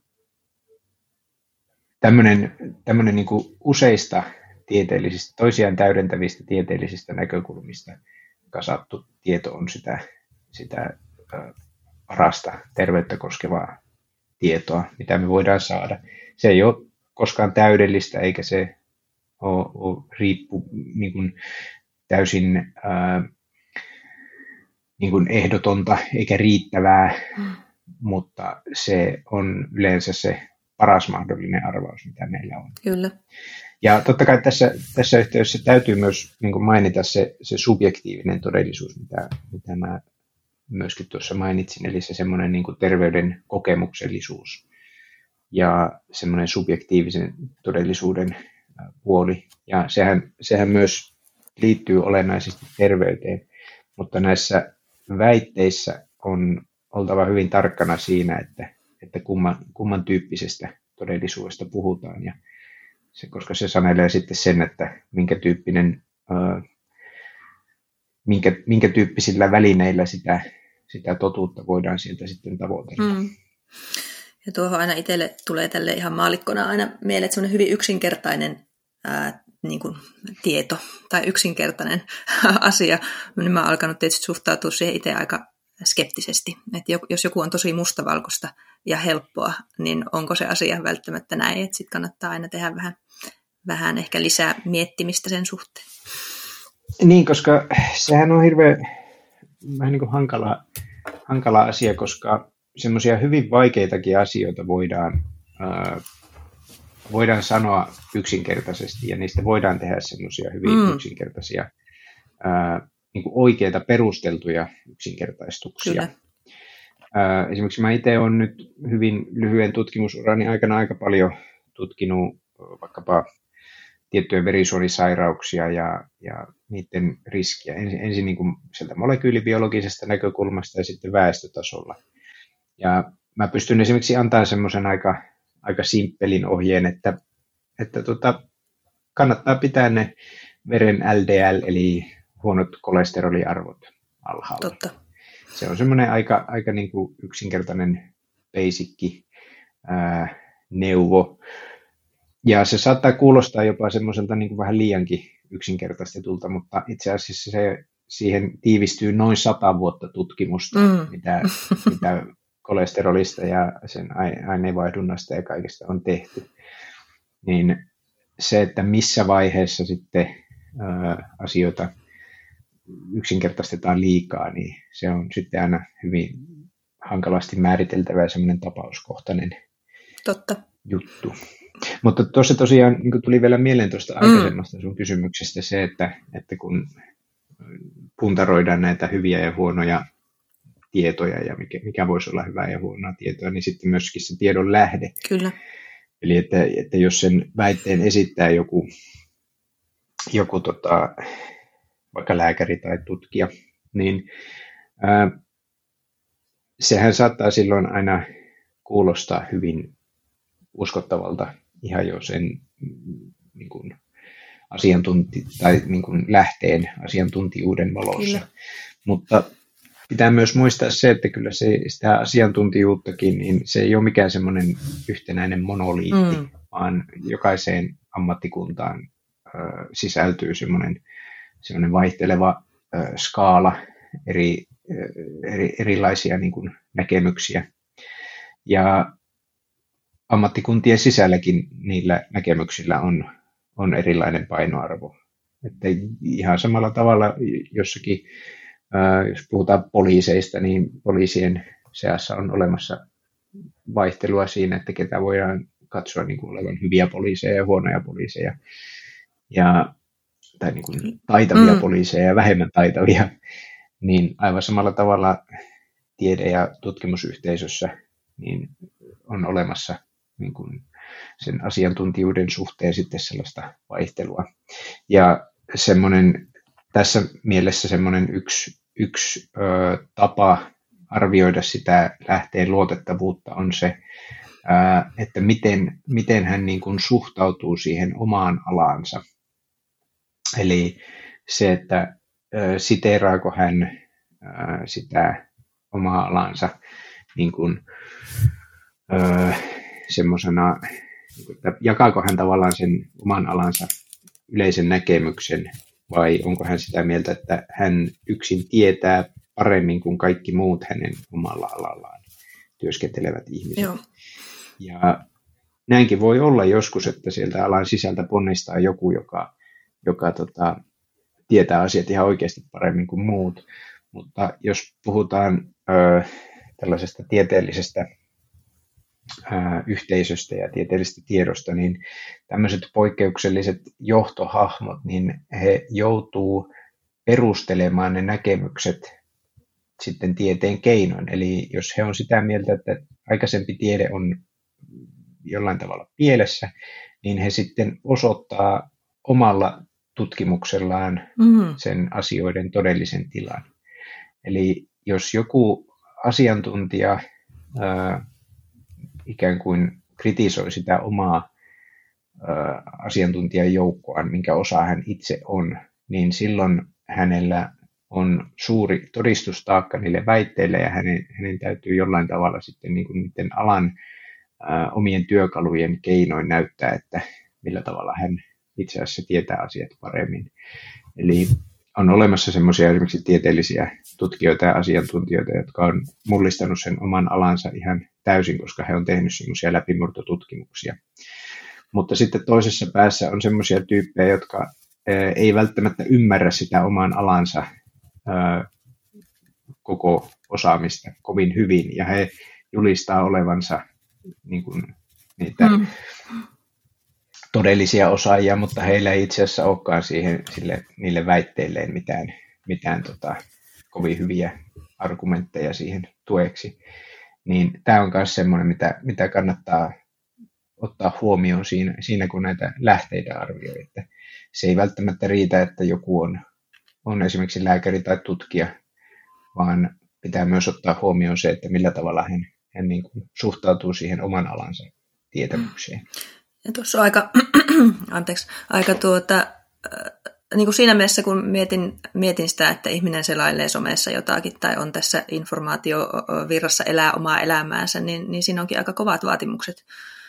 tämmöinen, tämmöinen niin kuin useista tieteellisistä, toisiaan täydentävistä tieteellisistä näkökulmista kasattu tieto on sitä, sitä ää, parasta terveyttä koskevaa tietoa, mitä me voidaan saada. Se ei ole koskaan täydellistä, eikä se ole, ole riippu niin kuin täysin ää, niin kuin ehdotonta eikä riittävää, mm. mutta se on yleensä se paras mahdollinen arvaus, mitä meillä on. Kyllä. Ja totta kai tässä, tässä yhteydessä täytyy myös niin kuin mainita se, se subjektiivinen todellisuus, mitä, mitä mä myöskin tuossa mainitsin, eli se semmoinen niin kuin terveyden kokemuksellisuus ja semmoinen subjektiivisen todellisuuden puoli. Ja sehän, sehän myös liittyy olennaisesti terveyteen, mutta näissä väitteissä on oltava hyvin tarkkana siinä, että, että kumman, kumman tyyppisestä todellisuudesta puhutaan, ja se, koska se sanelee sitten sen, että minkä tyyppinen, ää, minkä, minkä tyyppisillä välineillä sitä, sitä totuutta voidaan sieltä sitten tavoitella. Mm. Ja tuohon aina itselle tulee tälle ihan maallikkona aina mieleen, että semmoinen hyvin yksinkertainen ää, niin kuin tieto tai yksinkertainen asia, niin mä oon alkanut tietysti suhtautua siihen itse aika skeptisesti. Että jos joku on tosi mustavalkoista ja helppoa, niin onko se asia välttämättä näin, että sitten kannattaa aina tehdä vähän, vähän ehkä lisää miettimistä sen suhteen. Niin, koska sehän on hirveän vähän niin kuin hankala, hankala asia, koska semmoisia hyvin vaikeitakin asioita voidaan, ää, voidaan sanoa yksinkertaisesti, ja niistä voidaan tehdä semmoisia hyvin mm. yksinkertaisia, ää, niin kuin oikeita perusteltuja yksinkertaistuksia. Ää, esimerkiksi mä itse olen nyt hyvin lyhyen tutkimusurani aikana aika paljon tutkinut vaikkapa tiettyjä verisuonisairauksia ja, ja niiden riskiä ensin, ensin niin kuin sieltä molekyylibiologisesta näkökulmasta ja sitten väestötasolla. Ja mä pystyn esimerkiksi antamaan semmoisen aika, aika simppelin ohjeen, että, että tota, kannattaa pitää ne veren L D L, eli huonot kolesteroliarvot alhaalla. Totta. Se on semmoinen aika, aika niin kuin yksinkertainen basicki ää, neuvo. Ja se saattaa kuulostaa jopa semmoiselta niin kuin vähän liiankin yksinkertaistetulta, mutta itse asiassa se, siihen tiivistyy noin sata vuotta tutkimusta, mm. mitä, mitä kolesterolista ja sen aineenvaihdunnasta ja kaikesta on tehty. Niin se, että missä vaiheessa sitten ää, asioita yksinkertaistetaan liikaa, niin se on sitten aina hyvin hankalasti määriteltävä ja semmoinen tapauskohtainen Totta. juttu. Mutta tuossa tosiaan niin tuli vielä mieleen tuosta aikaisemmasta sun kysymyksestä se, että, että kun puntaroidaan näitä hyviä ja huonoja tietoja ja mikä, mikä voisi olla hyvää ja huonoa tietoa, niin sitten myöskin se tiedon lähde. Kyllä. Eli että, että jos sen väitteen esittää joku, joku tota, vaikka lääkäri tai tutkija, niin ää, sehän saattaa silloin aina kuulostaa hyvin uskottavalta ihan jo sen niin kuin asiantunti- tai niin kuin lähteen asiantuntijuuden valossa. Kyllä. Mutta pitää myös muistaa se, että kyllä se, sitä asiantuntijuuttakin, niin se ei ole mikään semmoinen yhtenäinen monoliitti, mm. vaan jokaiseen ammattikuntaan ö, sisältyy semmoinen, semmoinen vaihteleva ö, skaala eri, ö, eri, erilaisia niin kuin näkemyksiä. Ja ammattikuntien sisälläkin niillä näkemyksillä on, on erilainen painoarvo. Että ihan samalla tavalla jossakin, ää, jos puhutaan poliiseista, niin poliisien seassa on olemassa vaihtelua siinä, että ketä voidaan katsoa niin kuin olevan hyviä poliiseja ja huonoja poliiseja, ja, tai niin kuin taitavia mm. poliiseja ja vähemmän taitavia. Niin aivan samalla tavalla tiede- ja tutkimusyhteisössä niin on olemassa niin kuin sen asiantuntijuuden suhteen sitten sellaista vaihtelua. Ja semmoinen, tässä mielessä semmoinen yksi, yksi ö, tapa arvioida sitä lähteen luotettavuutta on se, ö, että miten, miten hän niin kuin suhtautuu siihen omaan alaansa. Eli se, että ö, siteeraako hän ö, sitä omaa alansa niin kuin, ö, semmoisena, että jakaako hän tavallaan sen oman alansa yleisen näkemyksen, vai onko hän sitä mieltä, että hän yksin tietää paremmin kuin kaikki muut hänen omalla alallaan työskentelevät ihmiset. Joo. Ja näinkin voi olla joskus, että sieltä alan sisältä ponnistaa joku, joka, joka tota, tietää asiat ihan oikeasti paremmin kuin muut. Mutta jos puhutaan ö, tällaisesta tieteellisestä ö, yhteisöstä ja tieteellisestä tiedosta, niin tämmöiset poikkeukselliset johtohahmot, niin he joutuu perustelemaan ne näkemykset sitten tieteen keinoin. Eli jos he on sitä mieltä, että aikaisempi tiede on jollain tavalla pielessä, niin he sitten osoittaa omalla tutkimuksellaan mm. sen asioiden todellisen tilan. Eli jos joku asiantuntija ää, ikään kuin kritisoi sitä omaa ää, asiantuntijajoukkoaan, minkä osa hän itse on, niin silloin hänellä on suuri todistustaakka niille väitteille, ja hänen, hänen täytyy jollain tavalla sitten niin kuin niiden alan ää, omien työkalujen keinoin näyttää, että millä tavalla hän itse asiassa tietää asiat paremmin. Eli on olemassa semmoisia esimerkiksi tieteellisiä tutkijoita ja asiantuntijoita, jotka on mullistanut sen oman alansa ihan täysin, koska he on tehnyt semmoisia läpimurtotutkimuksia. Mutta sitten toisessa päässä on semmoisia tyyppejä, jotka ei välttämättä ymmärrä sitä oman alansa koko osaamista kovin hyvin, ja he julistaa olevansa niin kuin niitä mm. todellisia osaajia, mutta heillä ei itse asiassa olekaan siihen, sille, niille väitteilleen mitään, mitään tota, kovin hyviä argumentteja siihen tueksi. Niin tämä on myös semmoinen, mitä, mitä kannattaa ottaa huomioon siinä, siinä, kun näitä lähteitä arvioi. Että se ei välttämättä riitä, että joku on, on esimerkiksi lääkäri tai tutkija, vaan pitää myös ottaa huomioon se, että millä tavalla hän, hän niin kuin suhtautuu siihen oman alansa tietämykseen. Ja tuossa on aika, anteeksi, aika tuota, niin kuin siinä mielessä, kun mietin, mietin sitä, että ihminen selailee somessa jotakin tai on tässä informaatiovirrassa elää omaa elämäänsä, niin, niin siinä onkin aika kovat vaatimukset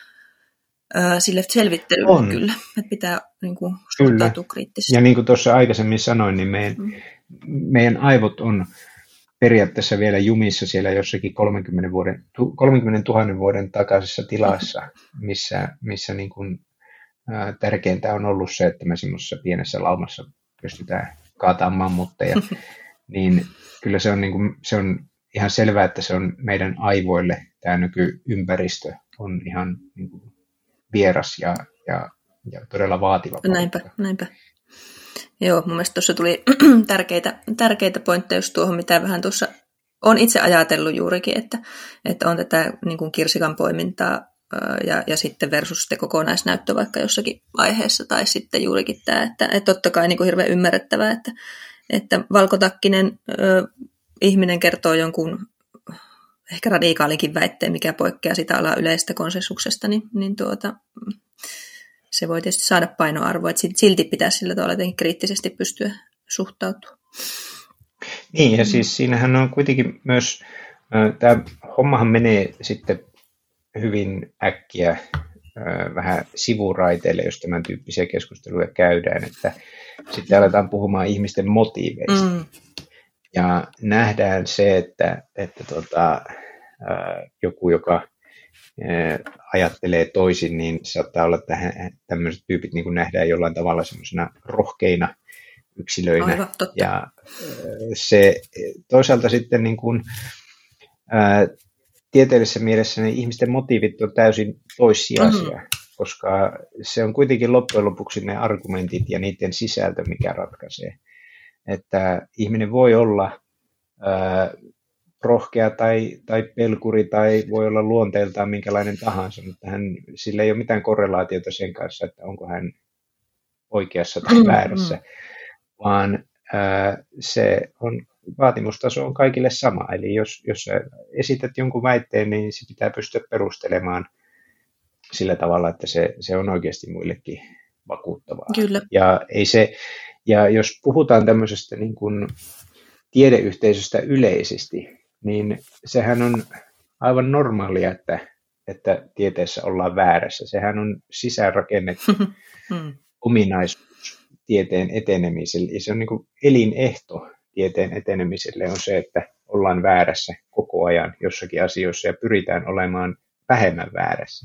sille selvittelylle on. Kyllä, että pitää niin kuin, suhtautua kriittisesti. Ja niin kuin tuossa aikaisemmin sanoin, niin meidän, mm. meidän aivot on periaatteessa vielä jumissa siellä jossakin kolmenkymmenen, vuoden, kolmenkymmenen tuhannen vuoden takaisessa tilassa, missä, missä niin kuin, ää, tärkeintä on ollut se, että me semmoisessa pienessä laumassa pystytään kaatamaan mammutteja, niin kyllä se on, niin kuin, se on ihan selvää, että se on meidän aivoille, tämä nykyympäristö on ihan niin kuin vieras ja, ja, ja todella vaativa. Näinpä, näinpä. Joo, mun mielestä tuossa tuli tärkeitä, tärkeitä pointteja just tuohon, mitä vähän tuossa olen itse ajatellut juurikin, että, että on tätä niin kuin kirsikan poimintaa ja, ja sitten versus sitten kokonaisnäyttö vaikka jossakin aiheessa, tai sitten juurikin tämä, että, että totta kai niin kuin hirveän ymmärrettävää, että, että valkotakkinen ö, ihminen kertoo jonkun ehkä radikaalikin väitteen, mikä poikkeaa sitä alan yleisestä konsensuksesta, niin, niin tuota... se voi tietysti saada painoarvoa, että silti pitäisi sillä tavalla jotenkin kriittisesti pystyä suhtautumaan. Niin, ja siis siinähän on kuitenkin myös, tämä hommahan menee sitten hyvin äkkiä vähän sivuraiteille, jos tämän tyyppisiä keskusteluja käydään, että sitten aletaan puhumaan ihmisten motiiveista. Mm. Ja nähdään se, että, että tota, joku, joka ajattelee toisin, niin saattaa olla, että tämmöiset tyypit niin kuin nähdään jollain tavalla semmoisena rohkeina yksilöinä. Aivan, ja se toisaalta sitten niin kuin, ää, tieteellisessä mielessä niin ihmisten motiivit on täysin toissijaisia, mm-hmm. koska se on kuitenkin loppujen lopuksi ne argumentit ja niiden sisältö, mikä ratkaisee. Että ihminen voi olla ää, rohkea tai, tai pelkuri tai voi olla luonteeltaan minkälainen tahansa, mutta hän, sillä ei ole mitään korrelaatiota sen kanssa, että onko hän oikeassa tai väärässä, mm, mm. vaan ää, se on, vaatimustaso on kaikille sama. Eli jos, jos sä esität jonkun väitteen, niin se pitää pystyä perustelemaan sillä tavalla, että se, se on oikeasti muillekin vakuuttavaa. Kyllä. Ja, ei se, ja jos puhutaan tämmöisestä niin kuin tiedeyhteisöstä yleisesti, niin sehän on aivan normaalia, että, että tieteessä ollaan väärässä. Sehän on sisäänrakennettu ominaisuus tieteen etenemiselle. Ja se on niin kuin elinehto tieteen etenemiselle on se, että ollaan väärässä koko ajan jossakin asioissa ja pyritään olemaan vähemmän väärässä.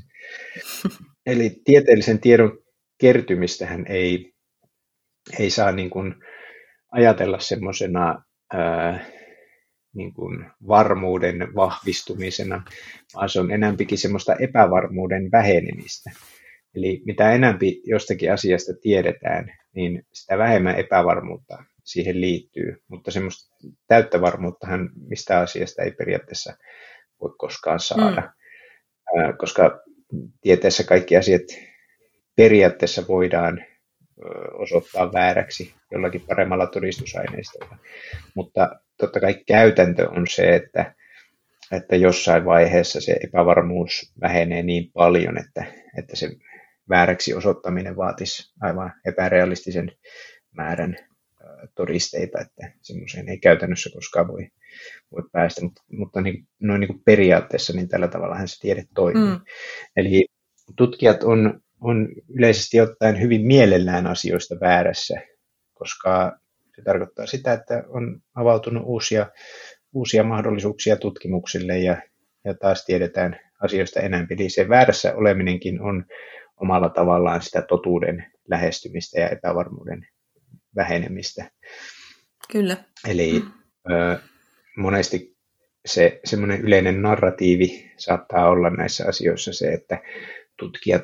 Eli tieteellisen tiedon kertymistähän ei, ei saa niin kuin ajatella semmoisena ää, niin kuin varmuuden vahvistumisena, vaan se on enemmänkin semmoista epävarmuuden vähenemistä. Eli mitä enemmän jostakin asiasta tiedetään, niin sitä vähemmän epävarmuutta siihen liittyy, mutta semmoista täyttä varmuuttahan mistä asiasta ei periaatteessa voi koskaan saada, mm. ää, koska tieteessä kaikki asiat periaatteessa voidaan osoittaa vääräksi jollakin paremmalla todistusaineistolla. Mutta totta kai käytäntö on se, että, että jossain vaiheessa se epävarmuus vähenee niin paljon, että, että se vääräksi osoittaminen vaatisi aivan epärealistisen määrän todisteita, että semmoiseen ei käytännössä koskaan voi, voi päästä, mutta, mutta niin, noin niin kuin periaatteessa niin tällä tavallahan se tiede toimii. Mm. Eli tutkijat on on yleisesti ottaen hyvin mielellään asioista väärässä, koska se tarkoittaa sitä, että on avautunut uusia, uusia mahdollisuuksia tutkimuksille ja, ja taas tiedetään asioista enemmän. Eli se väärässä oleminenkin on omalla tavallaan sitä totuuden lähestymistä ja epävarmuuden vähenemistä. Kyllä. Eli mm. ö, monesti se semmoinen yleinen narratiivi saattaa olla näissä asioissa se, että tutkijat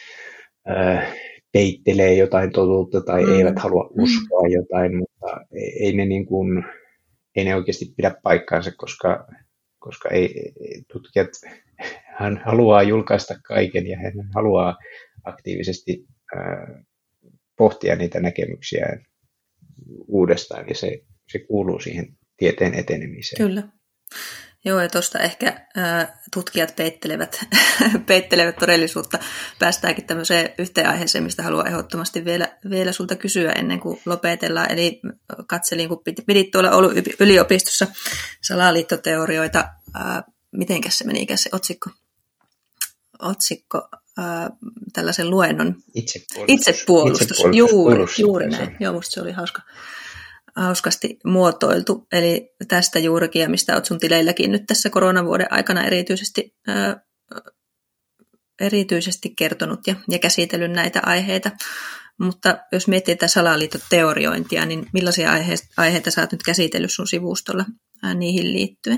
peittelee jotain totuutta tai mm. eivät halua uskoa jotain, mutta ei ne, niin kuin, ei ne oikeasti pidä paikkaansa, koska, koska ei, tutkijat hän haluaa julkaista kaiken ja hän haluaa aktiivisesti äh, pohtia niitä näkemyksiä uudestaan ja se, se kuuluu siihen tieteen etenemiseen. Kyllä. Joo, ja tuosta ehkä ää, tutkijat peittelevät, peittelevät todellisuutta. Päästäänkin tämmöiseen yhteen aiheeseen, mistä haluan ehdottomasti vielä, vielä sulta kysyä ennen kuin lopetellaan. Eli katselin, kun pidit tuolla Oulun yliopistossa salaliittoteorioita. Ää, mitenkäs se menikään se otsikko? Otsikko ää, tällaisen luennon. Itsepuolustus. Itsepuolustus. Itsepuolustus. Juuri, juuri näin. Joo, musta se oli hauska. hauskasti muotoiltu, eli tästä juurikin, ja mistä olet sun tileilläkin nyt tässä koronavuoden aikana erityisesti, ää, erityisesti kertonut ja, ja käsitellyt näitä aiheita. Mutta jos miettii tätä salaliittoteoriointia, niin millaisia aiheita, aiheita sä oot nyt käsitellyt sun sivustolla ää, niihin liittyen?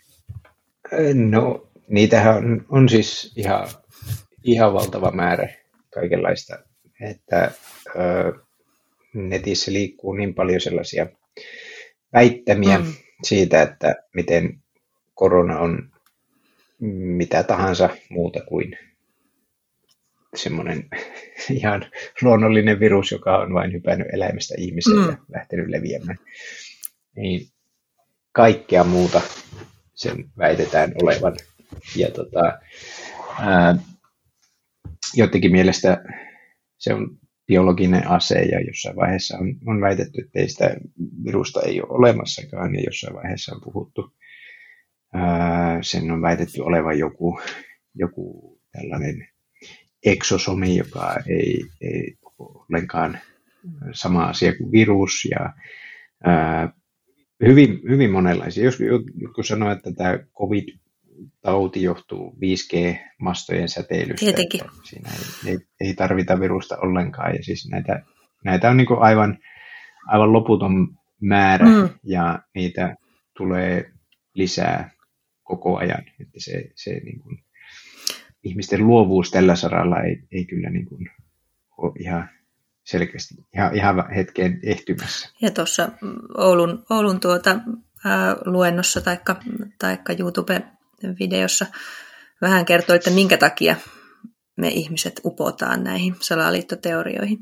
No, niitähän on, on siis ihan, ihan valtava määrä kaikenlaista, että ää, netissä liikkuu niin paljon sellaisia väittämiä mm. siitä, että miten korona on mitä tahansa muuta kuin semmoinen ihan luonnollinen virus, joka on vain hypännyt eläimestä ihmiseen mm. ja lähtenyt leviämään. Niin kaikkea muuta sen väitetään olevan. Ja tota, ää, jotenkin mielestä se on biologinen ase, ja jossain vaiheessa on, on väitetty, että ei sitä virusta ei ole olemassakaan, ja jossain vaiheessa on puhuttu, ää, sen on väitetty olevan joku, joku tällainen eksosomi, joka ei, ei ole ollenkaan sama asia kuin virus, ja ää, hyvin, hyvin monenlaisia. Jos joku sanoo, että tämä COVID-tauti johtuu viisi G-mastojen säteilystä. Tietenkin. Siinä ei, ei, ei tarvita virusta ollenkaan. Ja siis näitä, näitä on niin kuin aivan, aivan loputon määrä, mm. ja niitä tulee lisää koko ajan. Että se, se niin kuin, ihmisten luovuus tällä saralla ei, ei kyllä niin kuin ole ihan selkeästi ihan, ihan hetkeen ehtymässä. Ja tuossa Oulun, Oulun tuota, ää, luennossa taikka, taikka YouTube-videossa vähän kertoi, että minkä takia me ihmiset upotaan näihin salaliittoteorioihin.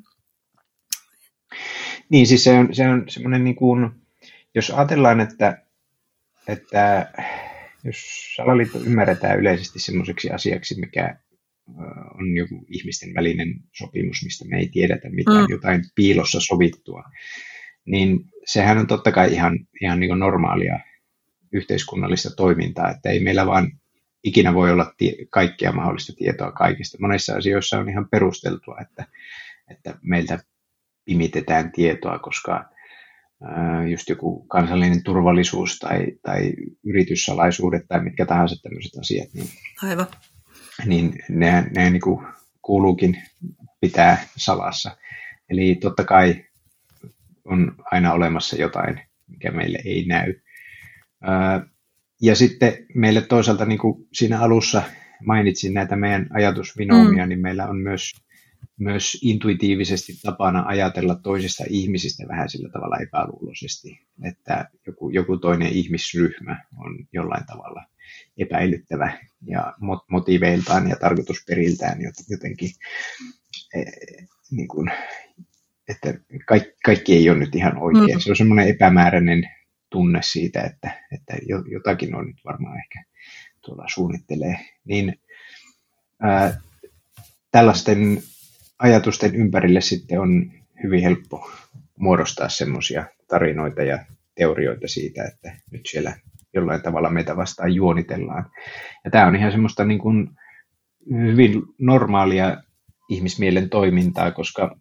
Niin, siis se on, se on semmoinen, niin kuin, jos ajatellaan, että, että jos salaliitto ymmärretään yleisesti semmoiseksi asiaksi, mikä on joku ihmisten välinen sopimus, mistä me ei tiedetä mitään, mm. jotain piilossa sovittua, niin sehän on totta kai ihan, ihan niin kuin normaalia yhteiskunnallista toimintaa, että ei meillä vaan ikinä voi olla tie- kaikkea mahdollista tietoa kaikista. Monissa asioissa on ihan perusteltua, että, että meiltä pimitetään tietoa, koska ää, just joku kansallinen turvallisuus tai, tai yrityssalaisuudet tai mitkä tahansa tämmöiset asiat, niin, Aivan. niin ne, ne niin kuin kuuluukin pitää salassa. Eli totta kai on aina olemassa jotain, mikä meille ei näy. Ää, ja sitten meille toisaalta, niin kuin siinä alussa mainitsin näitä meidän ajatusvinoumia, mm. niin meillä on myös myös intuitiivisesti tapana ajatella toisista ihmisistä vähän sillä tavalla epäluuloisesti, että joku, joku toinen ihmisryhmä on jollain tavalla epäilyttävä ja motiiveiltaan ja tarkoitusperiltään jotenkin, eh, niin kuin, että kaikki, kaikki ei ole nyt ihan oikein. Mm. Se on semmoinen epämääräinen tunne siitä, että, että jotakin on nyt varmaan ehkä tuolla suunnittelee. Niin ää, tällaisten ajatusten ympärille sitten on hyvin helppo muodostaa semmoisia tarinoita ja teorioita siitä, että nyt siellä jollain tavalla meitä vastaan juonitellaan. Ja tämä on ihan semmoista niin kuin hyvin normaalia ihmismielen toimintaa, koska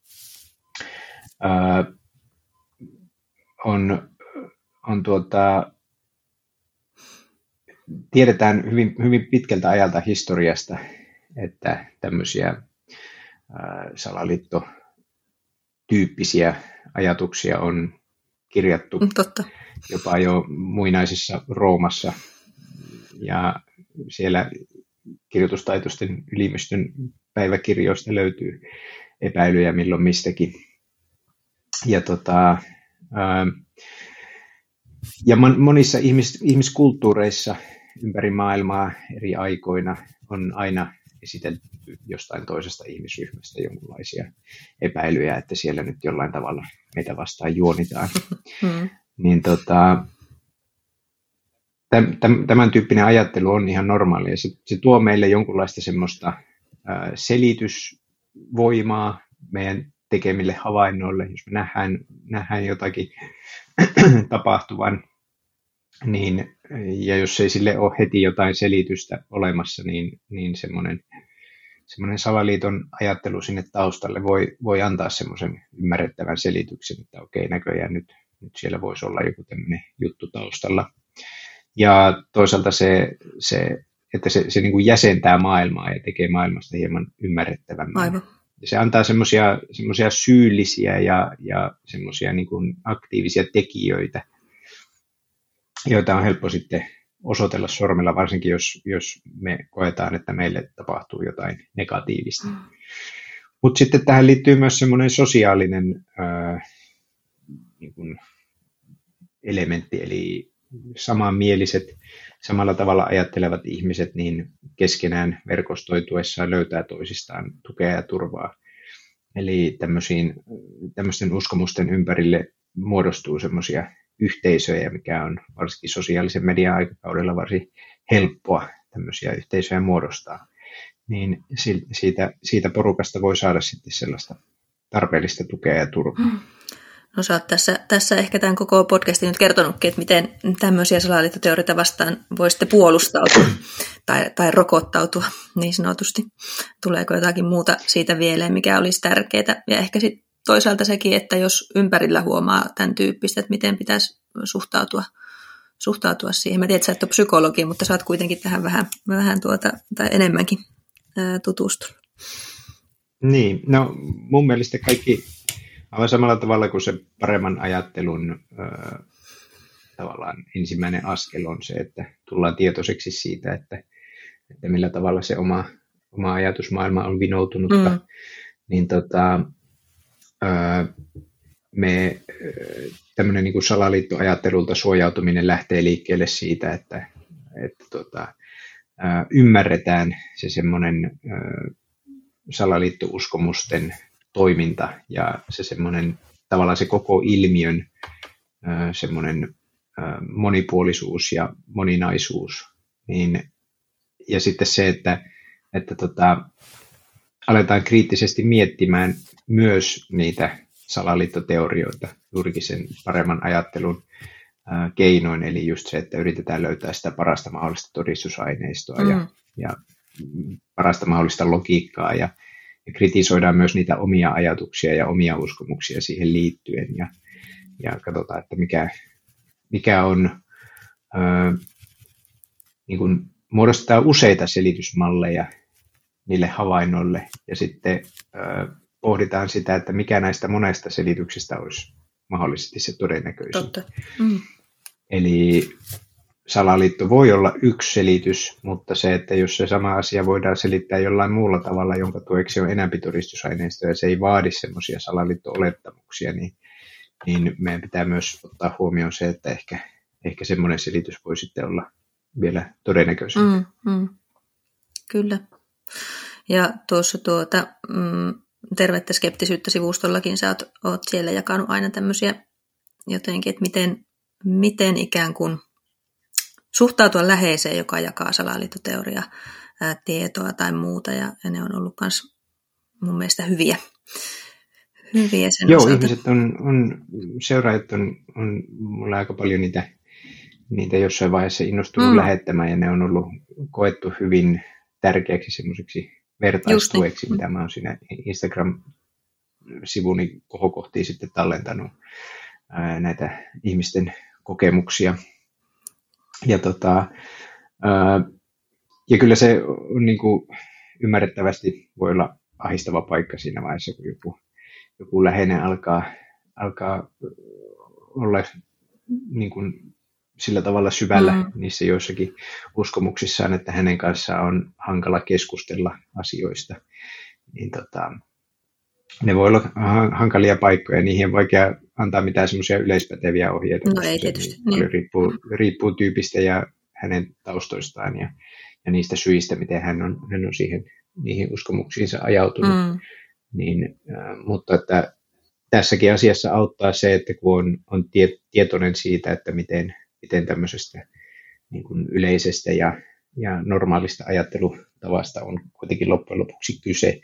ää, on, on tuota, tiedetään hyvin, hyvin pitkältä ajalta historiasta, että tämmöisiä salaliittotyyppisiä ajatuksia on kirjattu Totta. jopa jo muinaisessa Roomassa, ja siellä kirjoitustaitoisten ylimystön päiväkirjoista löytyy epäilyjä milloin mistäkin. Ja, tota, ää, ja monissa ihmis, ihmiskulttuureissa ympäri maailmaa eri aikoina on aina esitelty jostain toisesta ihmisryhmästä jonkinlaisia epäilyjä, että siellä nyt jollain tavalla meitä vastaan juonitaan. Mm. Niin tota, täm, täm, tämän tyyppinen ajattelu on ihan normaalia. Se, se tuo meille jonkunlaista semmoista ää, selitysvoimaa meidän tekemille havainnoille. Jos me nähdään, nähdään jotakin tapahtuvan, niin, ja jos ei sille ole heti jotain selitystä olemassa, niin, niin semmoinen, semmoinen salaliiton ajattelu sinne taustalle voi, voi antaa semmoisen ymmärrettävän selityksen, että okei, näköjään nyt, nyt siellä voisi olla joku tämmöinen juttu taustalla. Ja toisaalta se, se että se, se niin kuin jäsentää maailmaa ja tekee maailmasta hieman ymmärrettävämmän. Aivan. Ja se antaa semmoisia semmoisia syyllisiä ja, ja semmoisia niin kuin aktiivisia tekijöitä, joita on helppo sitten osoitella sormella, varsinkin jos, jos me koetaan, että meille tapahtuu jotain negatiivista. Mm. Mutta sitten tähän liittyy myös semmoinen sosiaalinen ää, niin kuin elementti, eli samanmieliset, samalla tavalla ajattelevat ihmiset, niin keskenään verkostoituessaan löytää toisistaan tukea ja turvaa. Eli tämmöisiin, tämmöisten uskomusten ympärille muodostuu semmoisia yhteisöjä, mikä on varsinkin sosiaalisen median aikakaudella varsin helppoa tämmöisiä yhteisöjä muodostaa. Niin siitä, siitä porukasta voi saada sitten sellaista tarpeellista tukea ja turvaa. Mm. No sä oot tässä, tässä ehkä tämän koko podcastin nyt kertonutkin, että miten tämmöisiä salaliittoteorioita vastaan voisitte puolustautua tai, tai rokottautua niin sanotusti. Tuleeko jotakin muuta siitä vielä, mikä olisi tärkeää? Ja ehkä sitten toisaalta sekin, että jos ympärillä huomaa tämän tyyppistä, että miten pitäisi suhtautua, suhtautua siihen. Mä tiedän, että sä et ole psykologi, mutta sä oot kuitenkin tähän vähän, vähän tuota, tai enemmänkin ää, tutustunut. Niin, no mun mielestä kaikki aivan samalla tavalla kuin se paremman ajattelun ää, tavallaan ensimmäinen askel on se, että tullaan tietoiseksi siitä, että, että millä tavalla se oma, oma ajatusmaailma on vinoutunutta, mm. niin tota, ää, me ää, tämmöinen niin kuin salaliittoajattelulta suojautuminen lähtee liikkeelle siitä, että, että tota, ää, ymmärretään se semmoinen ää, salaliittouskomusten toiminta ja se semmoinen tavallaan se koko ilmiön ää, semmoinen ää, monipuolisuus ja moninaisuus. Niin, ja sitten se, että, että tota, aletaan kriittisesti miettimään myös niitä salaliittoteorioita juurikin sen paremman ajattelun ää, keinoin, eli just se, että yritetään löytää sitä parasta mahdollista todistusaineistoa mm. ja, ja parasta mahdollista logiikkaa ja, ja kritisoidaan myös niitä omia ajatuksia ja omia uskomuksia siihen liittyen ja, ja katsotaan, että mikä, mikä on, ää, niin kuin muodostetaan useita selitysmalleja niille havainnoille ja sitten ää, pohditaan sitä, että mikä näistä monesta selityksestä olisi mahdollisesti se todennäköisin. Totta. Mm. Eli salaliitto voi olla yksi selitys, mutta se, että jos se sama asia voidaan selittää jollain muulla tavalla, jonka tueksi on enemmän todistusaineistoa ja se ei vaadi semmoisia salaliitto-olettamuksia, niin, niin meidän pitää myös ottaa huomioon se, että ehkä, ehkä semmoinen selitys voi sitten olla vielä todennäköisempi. Mm, mm. Kyllä. Ja tuossa tuota... Mm, Tervettä skeptisyyttä -sivustollakin sä oot, oot siellä jakanut aina tämmöisiä jotenkin, että miten, miten ikään kuin suhtautua läheiseen, joka jakaa salaliittoteoriaa, ää, tietoa tai muuta, ja, ja ne on ollut myös mun mielestä hyviä. hyviä sen Joo, osalta. ihmiset on, on seuraajat on, on mulla aika paljon niitä, niitä jossain vaiheessa innostunut mm. lähettämään, ja ne on ollut koettu hyvin tärkeäksi semmoiseksi vertaistueksi, niin. mitä mä oon siinä Instagram-sivuni kohokohtiin sitten tallentanut ää, näitä ihmisten kokemuksia. Ja, tota, ää, ja kyllä se on niin kuin ymmärrettävästi voi olla ahistava paikka siinä vaiheessa, kun joku, joku läheinen alkaa, alkaa olla niin kuin sillä tavalla syvällä mm. niissä joissakin uskomuksissaan, että hänen kanssaan on hankala keskustella asioista. Niin tota, ne voi olla hankalia paikkoja ja niihin on vaikea antaa mitään semmoisia yleispäteviä ohjeita. No ei tietysti. Niin paljon riippuu, riippuu tyypistä ja hänen taustoistaan ja, ja niistä syistä, miten hän on, hän on siihen, niihin uskomuksiinsa ajautunut. Mm. Niin, äh, mutta että tässäkin asiassa auttaa se, että kun on, on tie, tietoinen siitä, että miten miten tämmöisestä niin kuin yleisestä ja, ja normaalista ajattelutavasta on kuitenkin loppujen lopuksi kyse.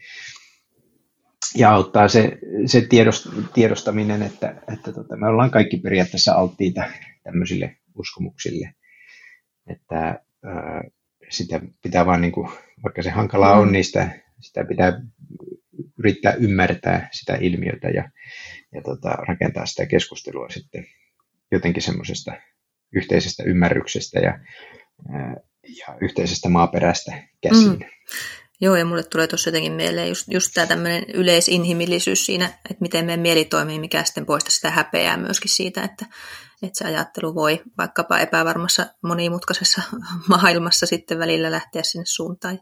Ja auttaa se, se tiedost, tiedostaminen, että, että tota, me ollaan kaikki periaatteessa alttiita tämmöisille uskomuksille. Että ää, sitä pitää vaan, niin kuin, vaikka se hankalaa mm. on, niin sitä, sitä pitää yrittää ymmärtää sitä ilmiötä ja, ja tota, rakentaa sitä keskustelua sitten jotenkin semmoisesta yhteisestä ymmärryksestä ja, ja yhteisestä maaperästä käsin. Mm. Joo, ja mulle tulee tuossa jotenkin mieleen just, just tämä tämmöinen yleisinhimillisyys siinä, että miten meidän mieli toimii, mikä sitten poistaa sitä häpeää myöskin siitä, että, että se ajattelu voi vaikkapa epävarmassa monimutkaisessa maailmassa sitten välillä lähteä sinne suuntaan.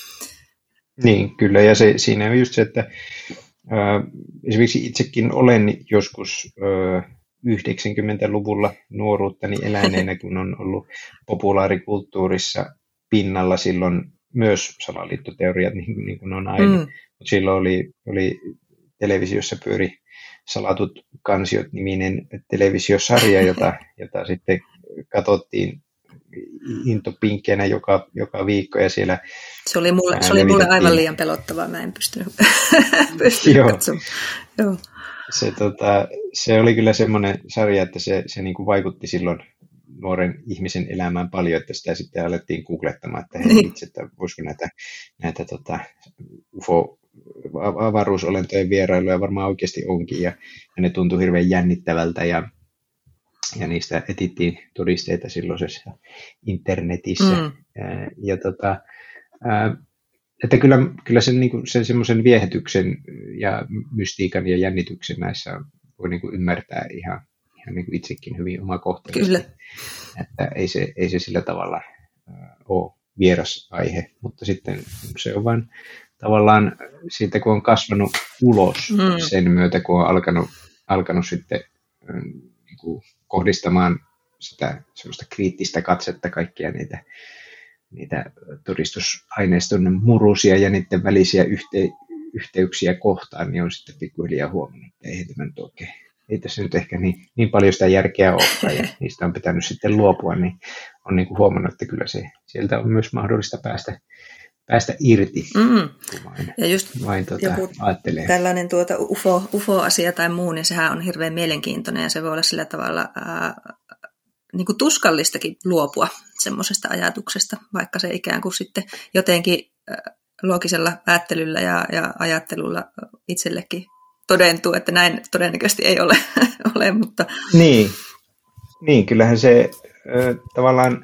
Niin, kyllä, ja se, siinä on just se, että äh, esimerkiksi itsekin olen joskus äh, yhdeksänkymmentäluvulla nuoruuttani eläneenä, kun on ollut populaarikulttuurissa pinnalla silloin myös salaliittoteoriat, niin, niin kuin on aina. Mm. Silloin oli, oli televisiossa pyöri Salatut kansiot-niminen televisiosarja, jota, jota sitten katsottiin intopinkkeenä joka, joka viikko. Ja siellä se oli mulle, se oli mulle aivan liian pelottavaa, mä en pystynyt, pystynyt katsomaan. Joo. Se, tota, se oli kyllä semmoinen sarja, että se, se niin kuin vaikutti silloin nuoren ihmisen elämään paljon, että sitä sitten alettiin googlettamaan, että hei niin. itse, että voisiko näitä, näitä tota, U F O-avaruusolentojen vierailuja varmaan oikeasti onkin, ja, ja ne tuntui hirveän jännittävältä, ja, ja niistä etittiin todisteita silloisessa internetissä. Mm. Ja, ja tota, ää, että kyllä, kyllä sen, niin kuin, sen semmoisen viehätyksen ja mystiikan ja jännityksen näissä voi niin kuin ymmärtää ihan, ihan niin kuin itsekin hyvin omakohtaisesti. Kyllä. Että ei se, ei se sillä tavalla äh, ole vieras aihe, mutta sitten se on vain tavallaan siitä, kun on kasvanut ulos mm. sen myötä, kun on alkanut, alkanut sitten äh, niin kuin kohdistamaan sitä semmoista kriittistä katsetta kaikkia niitä, niitä todistusaineiston murusia ja niiden välisiä yhte, yhteyksiä kohtaan, niin on sitten pikkuhiljaa huomannut, että ei tämä nyt oikein. Ei tässä nyt ehkä niin, niin paljon sitä järkeä olekaan, ja niistä on pitänyt sitten luopua, niin on niin kuin huomannut, että kyllä se, sieltä on myös mahdollista päästä, päästä irti, mm. kun vain, ja just vain tuota, joku ajattelee. Tällainen tuota U F O, U F O-asia tai muu, niin sehän on hirveän mielenkiintoinen, ja se voi olla sillä tavalla ää, niin kuin tuskallistakin luopua semmoisesta ajatuksesta, vaikka se ikään kuin sitten jotenkin ää, loogisella päättelyllä ja, ja ajattelulla itsellekin todentuu, että näin todennäköisesti ei ole, ole mutta... Niin. niin, kyllähän se äh, tavallaan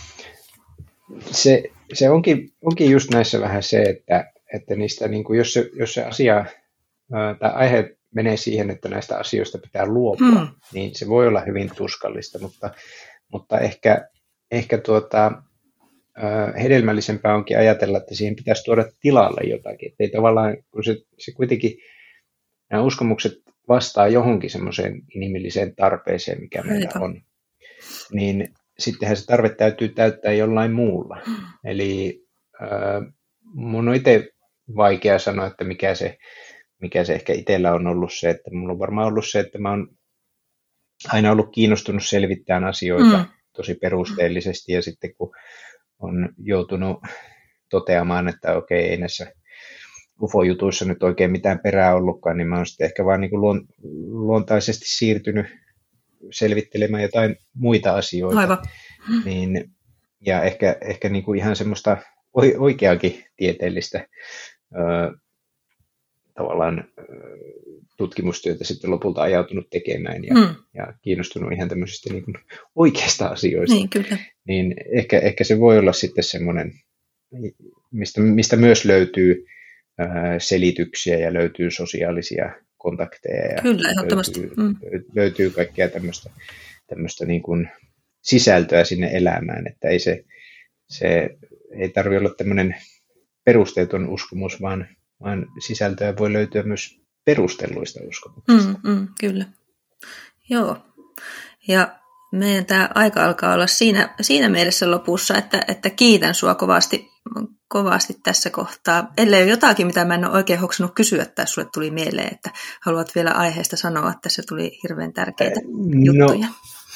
se, se onkin, onkin just näissä vähän se, että, että niistä, niin kuin jos, se, jos se asia äh, tai aihe menee siihen, että näistä asioista pitää luopua, hmm. niin se voi olla hyvin tuskallista, mutta, mutta ehkä, ehkä tuota, äh, hedelmällisempää onkin ajatella, että siihen pitäisi tuoda tilalle jotakin. Että ei tavallaan, kun se, se kuitenkin nämä uskomukset vastaa johonkin semmoiseen inhimilliseen tarpeeseen, mikä meillä Heitä. on, niin sittenhän se tarve täytyy täyttää jollain muulla. Mm. Eli äh, mun on itse vaikea sanoa, että mikä se, mikä se ehkä itsellä on ollut se, että mulla on varmaan ollut se, että mä oon aina ollut kiinnostunut selvittämään asioita mm. tosi perusteellisesti, ja sitten kun on joutunut toteamaan, että okei, ei näissä U F O-jutuissa nyt oikein mitään perää ollutkaan, niin mä oon sitten ehkä vaan niin kuin luon, luontaisesti siirtynyt selvittelemään jotain muita asioita. Aivan. Niin, ja ehkä, ehkä niin kuin ihan semmoista oikeakin tieteellistä ö, tavallaan ö, tutkimustyötä sitten lopulta ajautunut tekemään ja, mm. ja kiinnostunut ihan tämmöisistä niin kuin oikeista asioista. Niin, kyllä. Niin ehkä, ehkä se voi olla sitten semmoinen, mistä, mistä myös löytyy selityksiä ja löytyy sosiaalisia kontakteja ja Kyllä, ehdottomasti. löytyy, mm. löytyy kaikkea tämmöistä, tämmöistä niin kuin sisältöä sinne elämään, että ei se, se ei tarvitse olla tämmöinen perusteeton uskomus, vaan, vaan sisältöä voi löytyä myös perustelluista uskomuksista. Mm, mm, kyllä. Joo. Ja meidän tämä aika alkaa olla siinä, siinä mielessä lopussa, että, että kiitän sua kovasti, kovasti tässä kohtaa. Ellei ole jotakin, mitä mä en ole oikein hoksannut kysyä, tai sulle tuli mieleen, että haluat vielä aiheesta sanoa, että se tuli hirveän tärkeitä no, juttuja.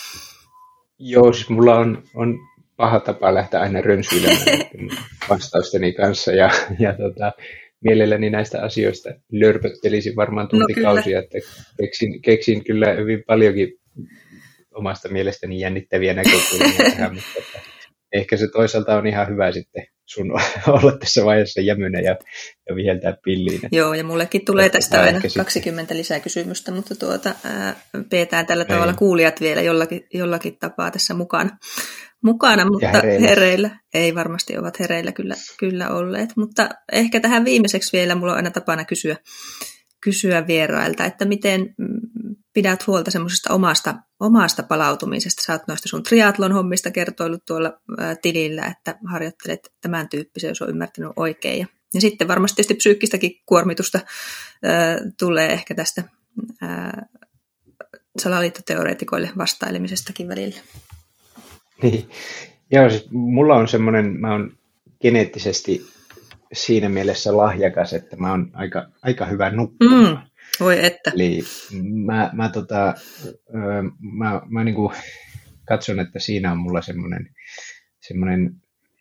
Joo, siis mulla on, on paha tapa lähteä aina rönsyilemään vastausteni kanssa, ja, ja tota, mielelläni näistä asioista lörpöttelisin varmaan tuntikausia, no, että keksin, keksin kyllä hyvin paljonkin omasta mielestäni jännittäviä näkökulmia tähän, mutta että ehkä se toisaalta on ihan hyvä sitten sun olla tässä vaiheessa jämynä ja, ja viheltää pilliin. Että, joo, ja mullekin tulee tästä aina kaksikymmentä lisää kysymystä, mutta tuota, ää, peetään tällä Ei. tavalla kuulijat vielä jollakin, jollakin tapaa tässä mukana. mukana mutta hereillä. hereillä. Ei varmasti ovat hereillä kyllä, kyllä olleet, mutta ehkä tähän viimeiseksi vielä mulla on aina tapana kysyä, kysyä vierailta, että miten pidät huolta semmoisesta omasta, omasta palautumisesta. Sä oot noista sun triathlon hommista kertoillut tuolla ää, tilillä, että harjoittelet tämän tyyppisen, jos on ymmärtänyt oikein. Ja, ja sitten varmasti tietysti psyykkistäkin kuormitusta ää, tulee ehkä tästä ää, salaliittoteoreetikoille vastailemisestakin välillä. Niin. Joo, siis mulla on semmoinen, mä oon geneettisesti siinä mielessä lahjakas, että mä oon aika, aika hyvä nukkumaan. Mm. Voi että. Eli mä, mä, tota, mä, mä niin kuin katson, että siinä on mulla semmoinen, semmoinen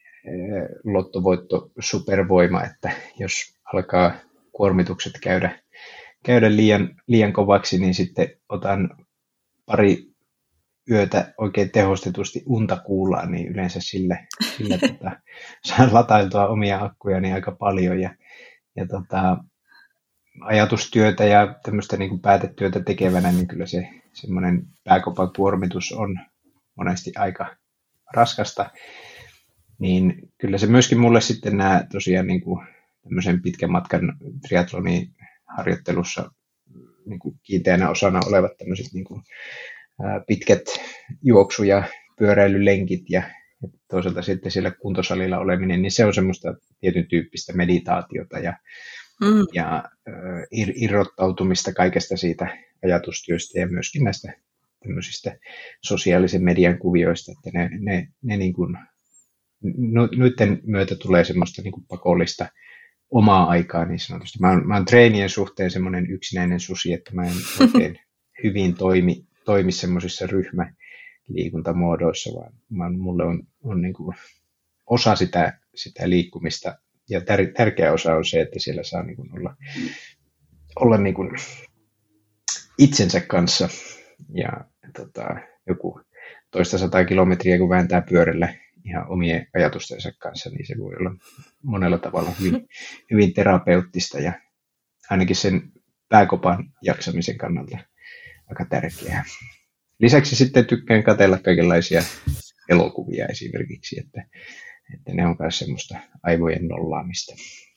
lottovoitto supervoima, että jos alkaa kuormitukset käydä, käydä liian, liian kovaksi, niin sitten otan pari yötä oikein tehostetusti unta kuulaan, niin yleensä sillä, sillä tota, saan latailtua omia akkujani aika paljon ja, ja tota, ajatustyötä ja tämmöistä niin kuin päätetyötä tekevänä, niin kyllä se semmoinen pääkopan kuormitus on monesti aika raskasta. Niin kyllä se myöskin mulle sitten nämä tosiaan niin kuin tämmöisen pitkän matkan triathlonin harjoittelussa niin kuin kiinteänä osana olevat tämmöiset niin kuin pitkät juoksu- ja pyöräilylenkit ja toisaalta sitten siellä kuntosalilla oleminen, niin se on semmoista tietyn tyyppistä meditaatiota ja Mm. ja ir- irrottautumista kaikesta siitä ajatustyöstä ja myöskin näistä tämmöisistä sosiaalisen median kuvioista, että ne, ne, ne niin kuin, no, noiden myötä tulee semmoista niin kuin pakollista omaa aikaa niin sanotusti. Mä oon, mä oon treenien suhteen semmoinen yksinäinen susi, että mä en oikein hyvin toimi, toimi semmoisissa ryhmäliikuntamuodoissa, vaan, vaan mulle on, on niin kuin osa sitä, sitä liikkumista, ja tär, tärkeä osa on se, että siellä saa niin kuin olla, olla niin kuin itsensä kanssa, ja tota, joku toista sataa kilometriä, kun vääntää pyörällä ihan omien ajatustensa kanssa, niin se voi olla monella tavalla hyvin, hyvin terapeuttista ja ainakin sen pääkopan jaksamisen kannalta aika tärkeää. Lisäksi sitten tykkään katsella kaikenlaisia elokuvia esimerkiksi, että, että ne on myös semmoista aivojen nollaamista.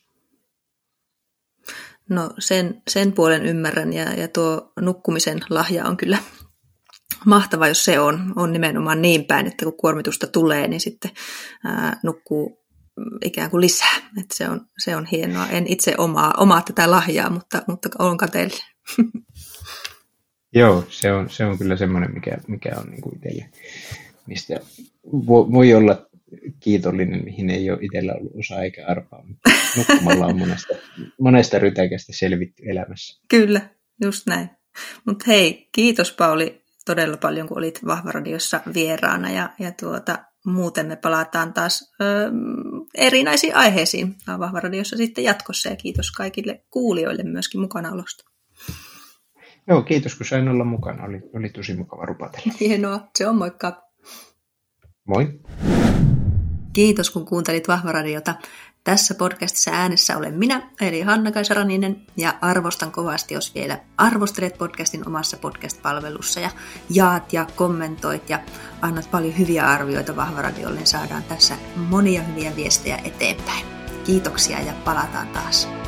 No sen, sen puolen ymmärrän ja, ja tuo nukkumisen lahja on kyllä mahtava, jos se on, on nimenomaan niin päin, että kun kuormitusta tulee, niin sitten ää, nukkuu ikään kuin lisää. Että se, on, se on hienoa. En itse omaa, omaa tätä lahjaa, mutta, mutta olen kateellinen. Joo, se on, se on kyllä semmoinen, mikä, mikä on niin kuin itselle, mistä vo, voi olla kiitollinen, mihin ei ole itsellä ollut osaa eikä arpaa. Nukkumalla on monesta, monesta rytäkästä selvitty elämässä. Kyllä, just näin. Mutta hei, kiitos Pauli todella paljon, kun olit Vahva-radiossa vieraana ja, ja tuota, muuten me palataan taas ö, erinäisiin aiheisiin Vahva-radiossa sitten jatkossa ja kiitos kaikille kuulijoille myöskin mukanaolosta. Joo, kiitos kun sain olla mukana. Oli, oli tosi mukava rupatella. Hienoa, se on moikka. Moi. Kiitos kun kuuntelit Vahva-radiota. Tässä podcastissa äänessä olen minä, eli Hanna-Kaisa Raninen, ja arvostan kovasti, jos vielä arvostelet podcastin omassa podcast-palvelussa ja jaat ja kommentoit ja annat paljon hyviä arvioita Vahva-radiolle, niin saadaan tässä monia hyviä viestejä eteenpäin. Kiitoksia ja palataan taas.